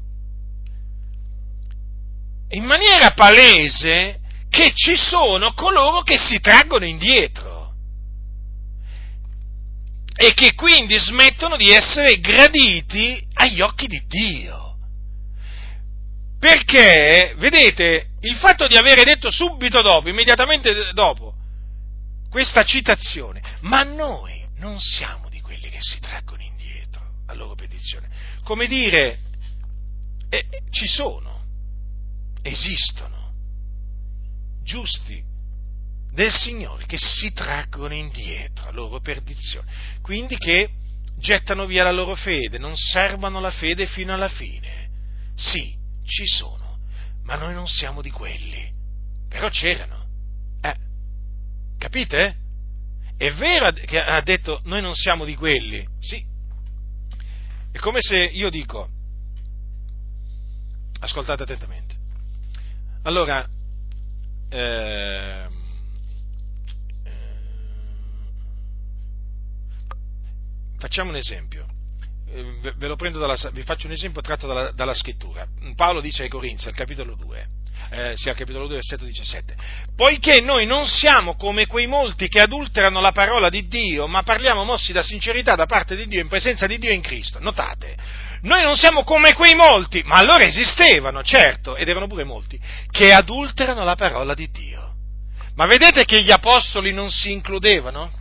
in maniera palese che ci sono coloro che si traggono indietro e che quindi smettono di essere graditi agli occhi di Dio. Perché, vedete, il fatto di avere detto subito dopo, immediatamente dopo, questa citazione, ma noi non siamo di quelli che si traggono indietro a loro petizione, come dire, eh, ci sono, esistono, giusti del Signore che si traggono indietro a loro perdizione, quindi che gettano via la loro fede, non servano la fede fino alla fine. Sì, ci sono, ma noi non siamo di quelli, però c'erano, eh, capite? È vero che ha detto noi non siamo di quelli, sì, è come se io dico, ascoltate attentamente, allora, eh, facciamo un esempio, ve lo prendo dalla, vi faccio un esempio tratto dalla, dalla Scrittura. Paolo dice ai Corinzi, al capitolo due, eh, sì, al capitolo due, versetto diciassette, poiché noi non siamo come quei molti che adulterano la parola di Dio, ma parliamo mossi da sincerità da parte di Dio, in presenza di Dio in Cristo. Notate, noi non siamo come quei molti, ma allora esistevano, certo, ed erano pure molti, che adulterano la parola di Dio. Ma vedete che gli apostoli non si includevano?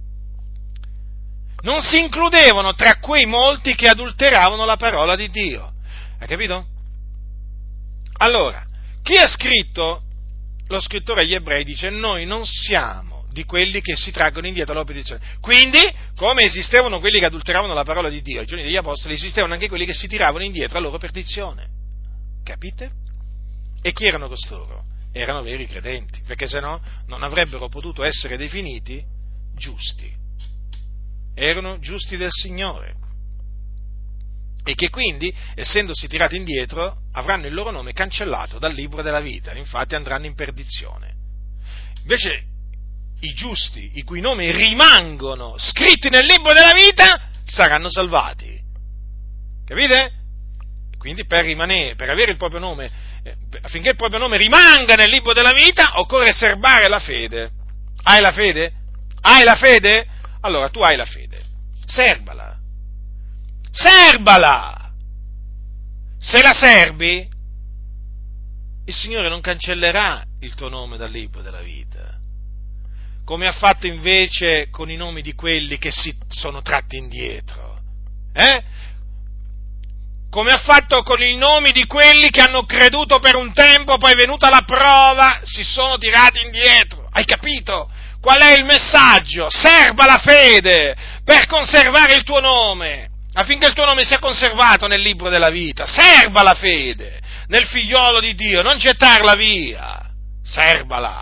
Non si includevano tra quei molti che adulteravano la parola di Dio. Hai capito? Allora, chi ha scritto, lo scrittore agli ebrei dice, noi non siamo di quelli che si traggono indietro alla petizione. Quindi, come esistevano quelli che adulteravano la parola di Dio ai giorni degli apostoli, esistevano anche quelli che si tiravano indietro alla loro perdizione. Capite? E chi erano costoro? Erano veri credenti, perché se no non avrebbero potuto essere definiti giusti. Erano giusti del Signore e che quindi, essendosi tirati indietro, avranno il loro nome cancellato dal libro della vita, infatti andranno in perdizione. Invece i giusti, i cui nomi rimangono scritti nel libro della vita, saranno salvati. Capite? Quindi per rimanere, per avere il proprio nome, eh, affinché il proprio nome rimanga nel libro della vita, occorre serbare la fede. Hai la fede? Hai la fede? Allora tu hai la fede, serbala, serbala, se la serbi, il Signore non cancellerà il tuo nome dal libro della vita, come ha fatto invece con i nomi di quelli che si sono tratti indietro, eh? Come ha fatto con i nomi di quelli che hanno creduto per un tempo, poi venuta la prova, si sono tirati indietro, hai capito? Qual è il messaggio? Serba la fede per conservare il tuo nome, affinché il tuo nome sia conservato nel libro della vita. Serba la fede nel figliolo di Dio, non gettarla via, serbala.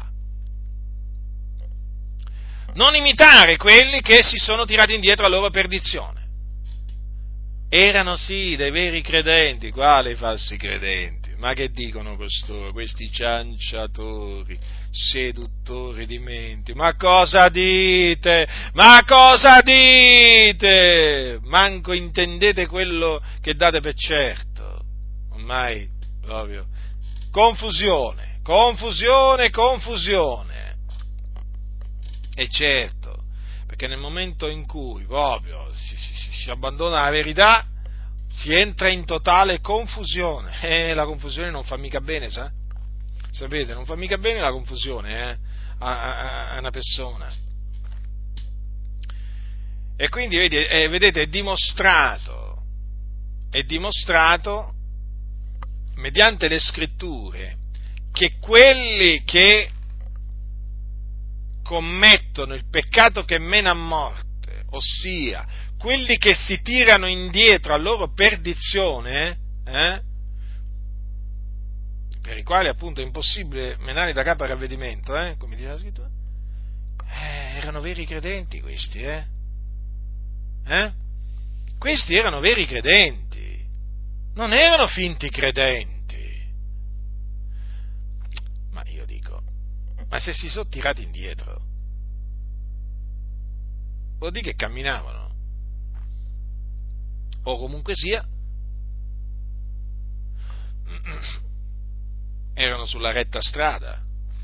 Non imitare quelli che si sono tirati indietro a loro perdizione. Erano sì dei veri credenti, quali falsi credenti? Ma che dicono costoro, questi cianciatori, seduttori di menti? Ma cosa dite? Ma cosa dite? Manco intendete quello che date per certo. Ormai, proprio, confusione, confusione, confusione. E certo, perché nel momento in cui proprio si, si, si abbandona la verità, si entra in totale confusione, e eh, la confusione non fa mica bene, sa? Sapete, non fa mica bene la confusione eh, a, a, a una persona. E quindi vedi, eh, vedete, è dimostrato, è dimostrato mediante le scritture che quelli che commettono il peccato che mena a morte, ossia quelli che si tirano indietro a loro perdizione, eh, per i quali appunto è impossibile menare da capo al ravvedimento, eh, come dice la scrittura, eh, erano veri credenti questi, eh? eh? questi erano veri credenti, non erano finti credenti. Ma io dico, ma se si sono tirati indietro, vuol dire che camminavano, o comunque sia, erano sulla retta strada,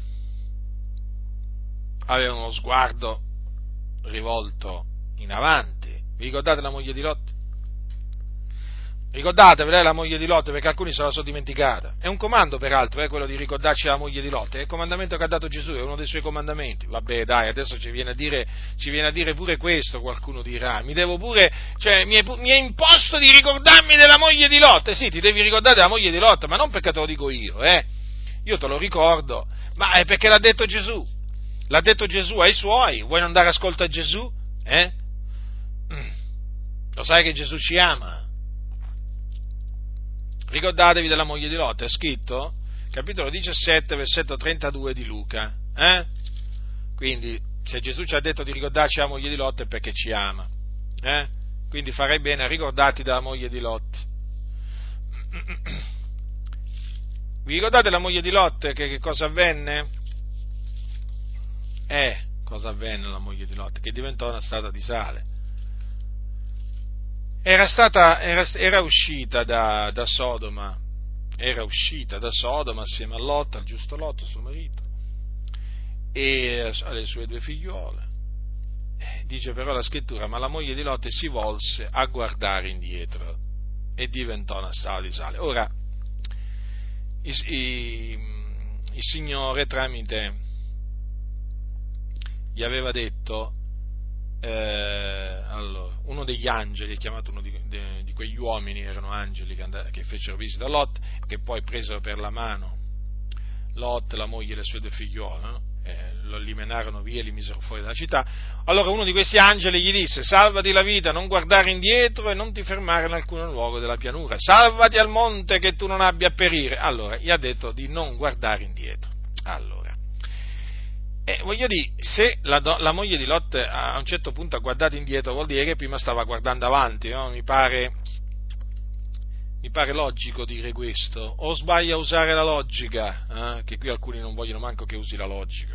avevano uno sguardo rivolto in avanti. Vi ricordate la moglie di Lot? Ricordatevi lei la moglie di Lot, perché alcuni se la sono dimenticata. È un comando, peraltro, è eh, quello di ricordarci la moglie di Lot. È il comandamento che ha dato Gesù, è uno dei suoi comandamenti. Vabbè, dai, adesso ci viene a dire, ci viene a dire pure questo, qualcuno dirà. Mi devo pure, cioè, mi è, mi è imposto di ricordarmi della moglie di Lot. Eh sì, ti devi ricordare della moglie di Lot, ma non perché te lo dico io, eh. Io te lo ricordo, ma è perché l'ha detto Gesù. L'ha detto Gesù ai suoi. Vuoi non dare ascolto a Gesù? Eh? Lo sai che Gesù ci ama? Ricordatevi della moglie di Lot, è scritto, capitolo diciassette, versetto trentadue di Luca. Eh? Quindi, se Gesù ci ha detto di ricordarci la moglie di Lot è perché ci ama. Eh? Quindi farei bene a ricordarti della moglie di Lot. Vi ricordate la moglie di Lot, che, che cosa avvenne? Eh, cosa avvenne alla moglie di Lot? Che diventò una statua di sale. Era stata, era, era uscita da, da Sodoma, era uscita da Sodoma assieme a Lot, al giusto Lot, suo marito, e alle sue due figliuole. Dice però la scrittura, ma la moglie di Lot si volse a guardare indietro e diventò una statua di sale. Ora, il, il, il Signore tramite gli aveva detto, eh, allora, uno degli angeli, è chiamato uno di, de, di quegli uomini, erano angeli che, and- che fecero visita a Lot, che poi presero per la mano Lot, la moglie e le sue due figliuole, no? eh, lo limenarono via e li misero fuori dalla città. Allora uno di questi angeli gli disse: salvati la vita, non guardare indietro e non ti fermare in alcun luogo della pianura, salvati al monte che tu non abbia a perire. Allora gli ha detto di non guardare indietro. Allora Eh, voglio dire, se la, do, la moglie di Lot a un certo punto ha guardato indietro, vuol dire che prima stava guardando avanti, no? Mi pare, mi pare logico dire questo, o sbaglia a usare la logica, eh? Che qui alcuni non vogliono manco che usi la logica.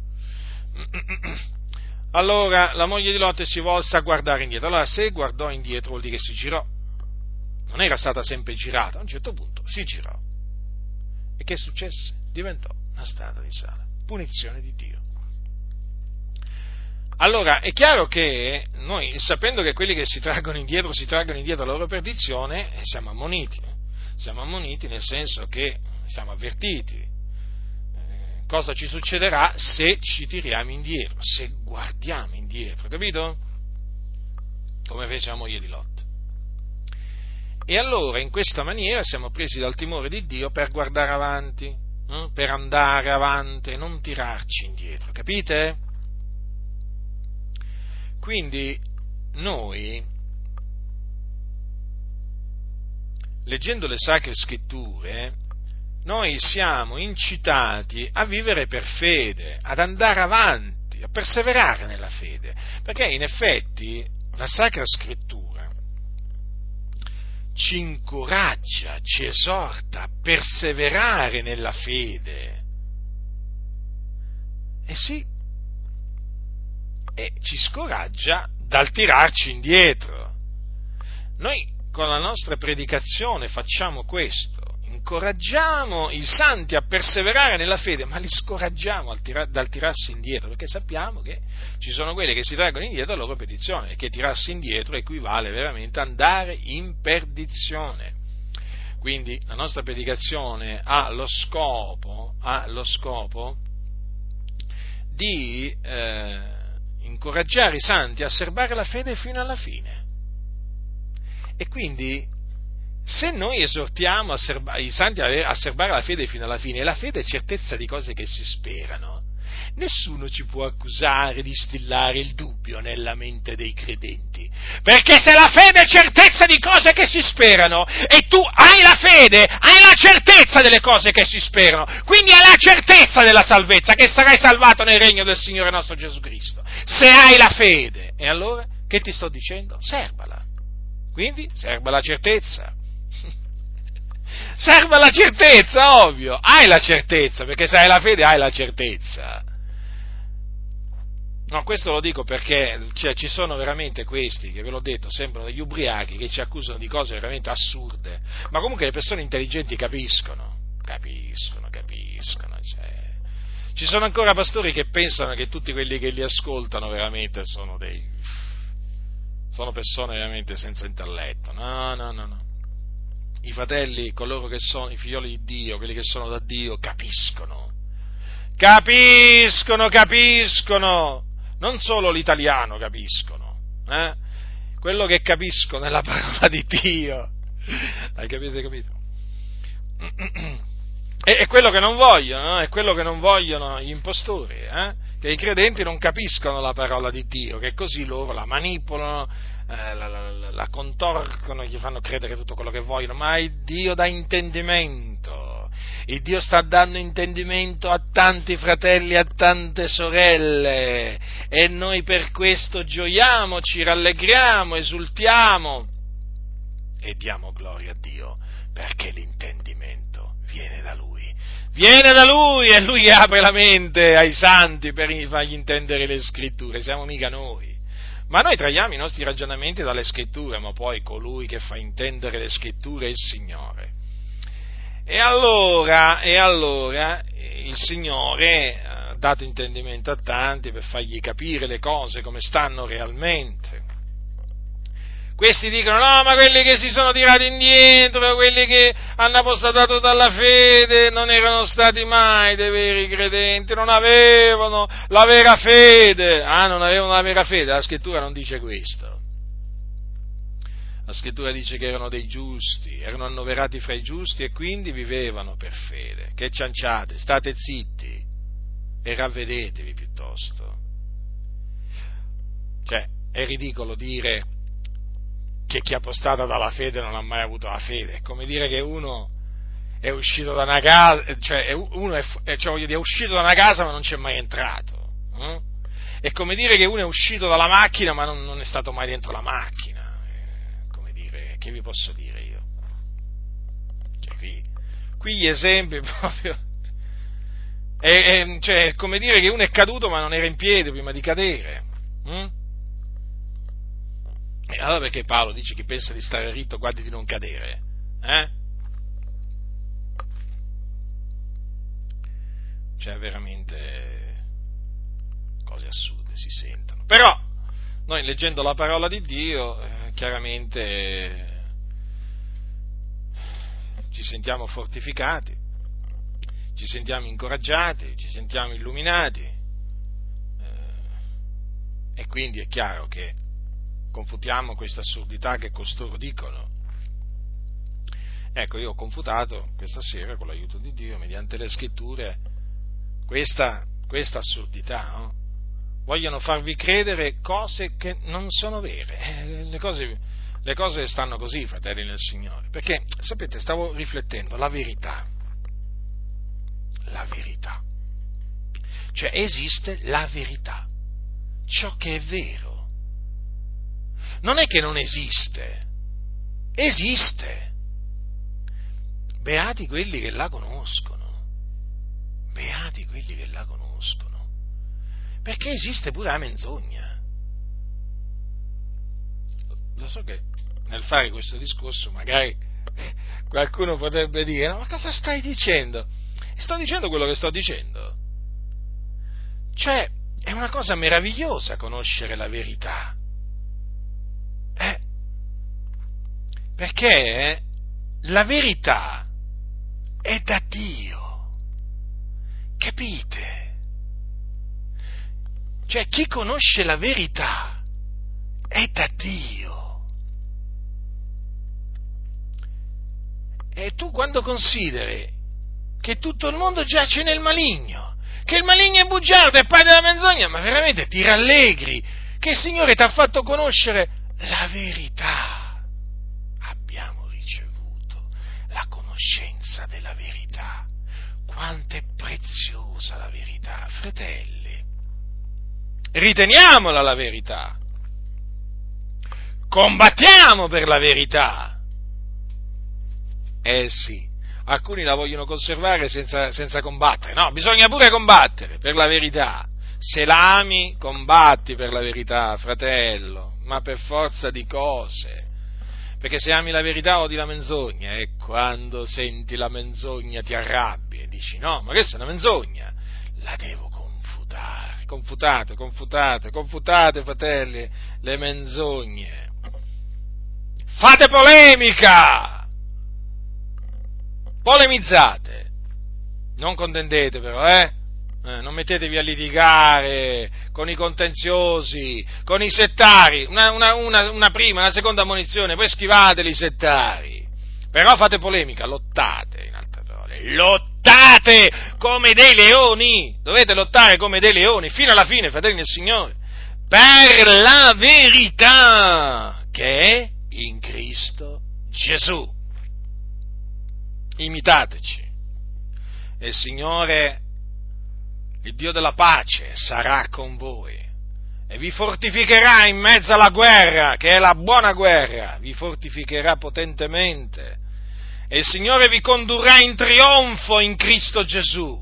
Allora la moglie di Lot si volse a guardare indietro, allora se guardò indietro vuol dire che si girò, non era stata sempre girata, a un certo punto si girò, e che successe? Diventò una statua di sale. Punizione di Dio. Allora è chiaro che noi, sapendo che quelli che si traggono indietro si traggono indietro alla loro perdizione, siamo ammoniti, siamo ammoniti nel senso che siamo avvertiti eh, cosa ci succederà se ci tiriamo indietro, se guardiamo indietro, capito? Come fece la moglie di Lot. E allora in questa maniera siamo presi dal timore di Dio per guardare avanti, per andare avanti e non tirarci indietro, capite? Quindi noi, leggendo le Sacre Scritture, noi siamo incitati a vivere per fede, ad andare avanti, a perseverare nella fede, perché in effetti la Sacra Scrittura ci incoraggia, ci esorta a perseverare nella fede. Eh sì, e ci scoraggia dal tirarci indietro. Noi con la nostra predicazione facciamo questo, incoraggiamo i santi a perseverare nella fede, ma li scoraggiamo tira- dal tirarsi indietro, perché sappiamo che ci sono quelli che si traggono indietro alla loro perdizione, e che tirarsi indietro equivale veramente a andare in perdizione. Quindi la nostra predicazione ha lo scopo, ha lo scopo di eh, incoraggiare i santi a serbare la fede fino alla fine. E quindi, se noi esortiamo a serba, i santi a serbare la fede fino alla fine, e la fede è certezza di cose che si sperano, nessuno ci può accusare di instillare il dubbio nella mente dei credenti, perché se la fede è certezza di cose che si sperano, e tu hai la fede, hai la certezza delle cose che si sperano, quindi hai la certezza della salvezza, che sarai salvato nel regno del Signore nostro Gesù Cristo, se hai la fede. E allora, che ti sto dicendo? Serbala. Quindi serve la certezza. Serve la certezza, ovvio. Hai la certezza, perché se hai la fede hai la certezza. No, questo lo dico perché cioè, ci sono veramente questi, che ve l'ho detto, sembrano degli ubriachi che ci accusano di cose veramente assurde, ma comunque le persone intelligenti capiscono, capiscono, capiscono, cioè. Ci sono ancora pastori che pensano che tutti quelli che li ascoltano veramente sono dei, sono persone veramente senza intelletto, no, no, no, no. I fratelli, coloro che sono i figlioli di Dio, quelli che sono da Dio, capiscono, capiscono, capiscono. Non solo l'italiano capiscono, eh? Quello che capiscono è la parola di Dio. Hai capito? Hai capito? E, e quello che non vogliono, no? È quello che non vogliono gli impostori, eh? Che i credenti non capiscono la parola di Dio, che così loro la manipolano, eh, la, la, la, la contorcono, gli fanno credere tutto quello che vogliono, ma il Dio dà intendimento. Il Dio sta dando intendimento a tanti fratelli, a tante sorelle, e noi per questo gioiamo, ci rallegriamo, esultiamo e diamo gloria a Dio, perché l'intendimento viene da Lui. Viene da Lui e Lui apre la mente ai santi per fargli intendere le Scritture, siamo mica noi. Ma noi traiamo i nostri ragionamenti dalle Scritture, ma poi colui che fa intendere le Scritture è il Signore. E allora, e allora il Signore ha dato intendimento a tanti per fargli capire le cose come stanno realmente. Questi dicono, no, ma quelli che si sono tirati indietro, quelli che hanno apostatato dalla fede, non erano stati mai dei veri credenti, non avevano la vera fede. Ah, non avevano la vera fede? La Scrittura non dice questo. La Scrittura dice che erano dei giusti, erano annoverati fra i giusti e quindi vivevano per fede. Che cianciate, state zitti e ravvedetevi piuttosto. Cioè, è ridicolo dire che chi apostata dalla fede non ha mai avuto la fede. È come dire che uno è uscito da una casa, cioè uno è, cioè, voglio dire, è uscito da una casa ma non c'è mai entrato. Eh? È come dire che uno è uscito dalla macchina ma non, non è stato mai dentro la macchina. Che vi posso dire io? Cioè, qui, qui gli esempi proprio è, è, cioè, è come dire che uno è caduto ma non era in piedi prima di cadere. Hm? E allora perché Paolo dice chi pensa di stare ritto guardi di non cadere? Eh? Cioè veramente cose assurde si sentono. Però noi leggendo la parola di Dio eh, chiaramente ci sentiamo fortificati, ci sentiamo incoraggiati, ci sentiamo illuminati eh, e quindi è chiaro che confutiamo questa assurdità che costoro dicono. Ecco, io ho confutato questa sera con l'aiuto di Dio, mediante le Scritture, questa, questa assurdità, no? Vogliono farvi credere cose che non sono vere, eh, le cose... Le cose stanno così, fratelli nel Signore, perché, sapete, stavo riflettendo, la verità, la verità, cioè esiste la verità, ciò che è vero, non è che non esiste, esiste, beati quelli che la conoscono, beati quelli che la conoscono, perché esiste pure la menzogna. Lo so che nel fare questo discorso magari qualcuno potrebbe dire, no, ma cosa stai dicendo? Sto dicendo quello che sto dicendo. Cioè, è una cosa meravigliosa conoscere la verità. Eh? Perché la verità è da Dio. Capite? Cioè, chi conosce la verità è da Dio. E tu quando consideri che tutto il mondo giace nel maligno, che il maligno è bugiardo e padre della menzogna, ma veramente ti rallegri che il Signore ti ha fatto conoscere la verità. Abbiamo ricevuto la conoscenza della verità. Quanto è preziosa la verità, fratelli. Riteniamola la verità. combattiamo per la verità. Eh sì, alcuni la vogliono conservare senza, senza combattere. No, bisogna pure combattere per la verità. Se la ami, combatti per la verità, fratello, ma per forza di cose. Perché se ami la verità odi la menzogna, e quando senti la menzogna ti arrabbi e dici no, ma questa è una menzogna, la devo confutare, confutate, confutate, confutate, fratelli, le menzogne. Fate polemica! Polemizzate! Non contendete però, eh? Eh, non mettetevi a litigare con i contenziosi, con i settari, una, una, una, una prima, una seconda ammonizione, poi schivateli i settari, però fate polemica, lottate, in altre parole, lottate come dei leoni, dovete lottare come dei leoni, fino alla fine, fratelli del Signore, per la verità che è in Cristo Gesù. Imitateci, e il Signore, il Dio della pace, sarà con voi e vi fortificherà in mezzo alla guerra, che è la buona guerra, vi fortificherà potentemente e il Signore vi condurrà in trionfo in Cristo Gesù.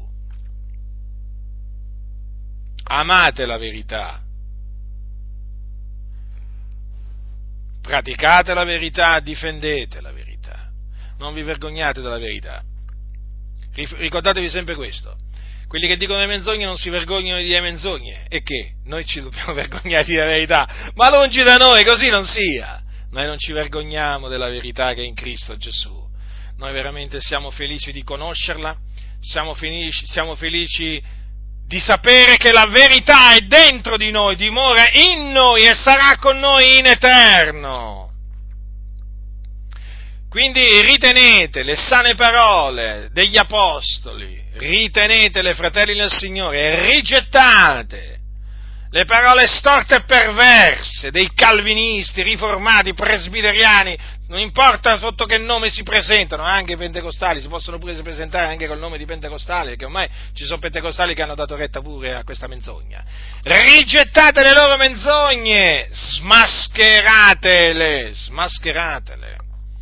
Amate la verità, praticate la verità, difendete la verità, non vi vergognate della verità. Ricordatevi sempre questo: quelli che dicono le menzogne non si vergognano di dire menzogne, e che noi ci dobbiamo vergognare della verità, ma lungi da noi, così non sia. Noi non ci vergogniamo della verità che è in Cristo Gesù, noi veramente siamo felici di conoscerla, siamo felici, siamo felici di sapere che la verità è dentro di noi, dimora in noi e sarà con noi in eterno. Quindi ritenete le sane parole degli apostoli, ritenetele, fratelli nel Signore, e rigettate le parole storte e perverse dei calvinisti, riformati, presbiteriani, non importa sotto che nome si presentano, anche i pentecostali, si possono pure presentare anche col nome di pentecostali, perché ormai ci sono pentecostali che hanno dato retta pure a questa menzogna. Rigettate le loro menzogne, smascheratele, smascheratele.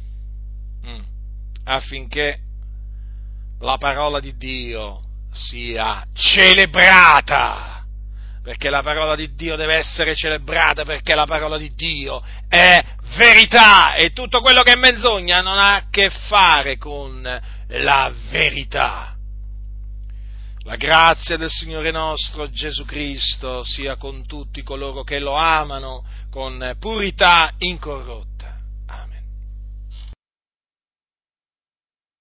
Affinché la parola di Dio sia celebrata, perché la parola di Dio deve essere celebrata, perché la parola di Dio è verità, e tutto quello che è menzogna non ha a che fare con la verità. La grazia del Signore nostro Gesù Cristo sia con tutti coloro che lo amano con purità incorrotta.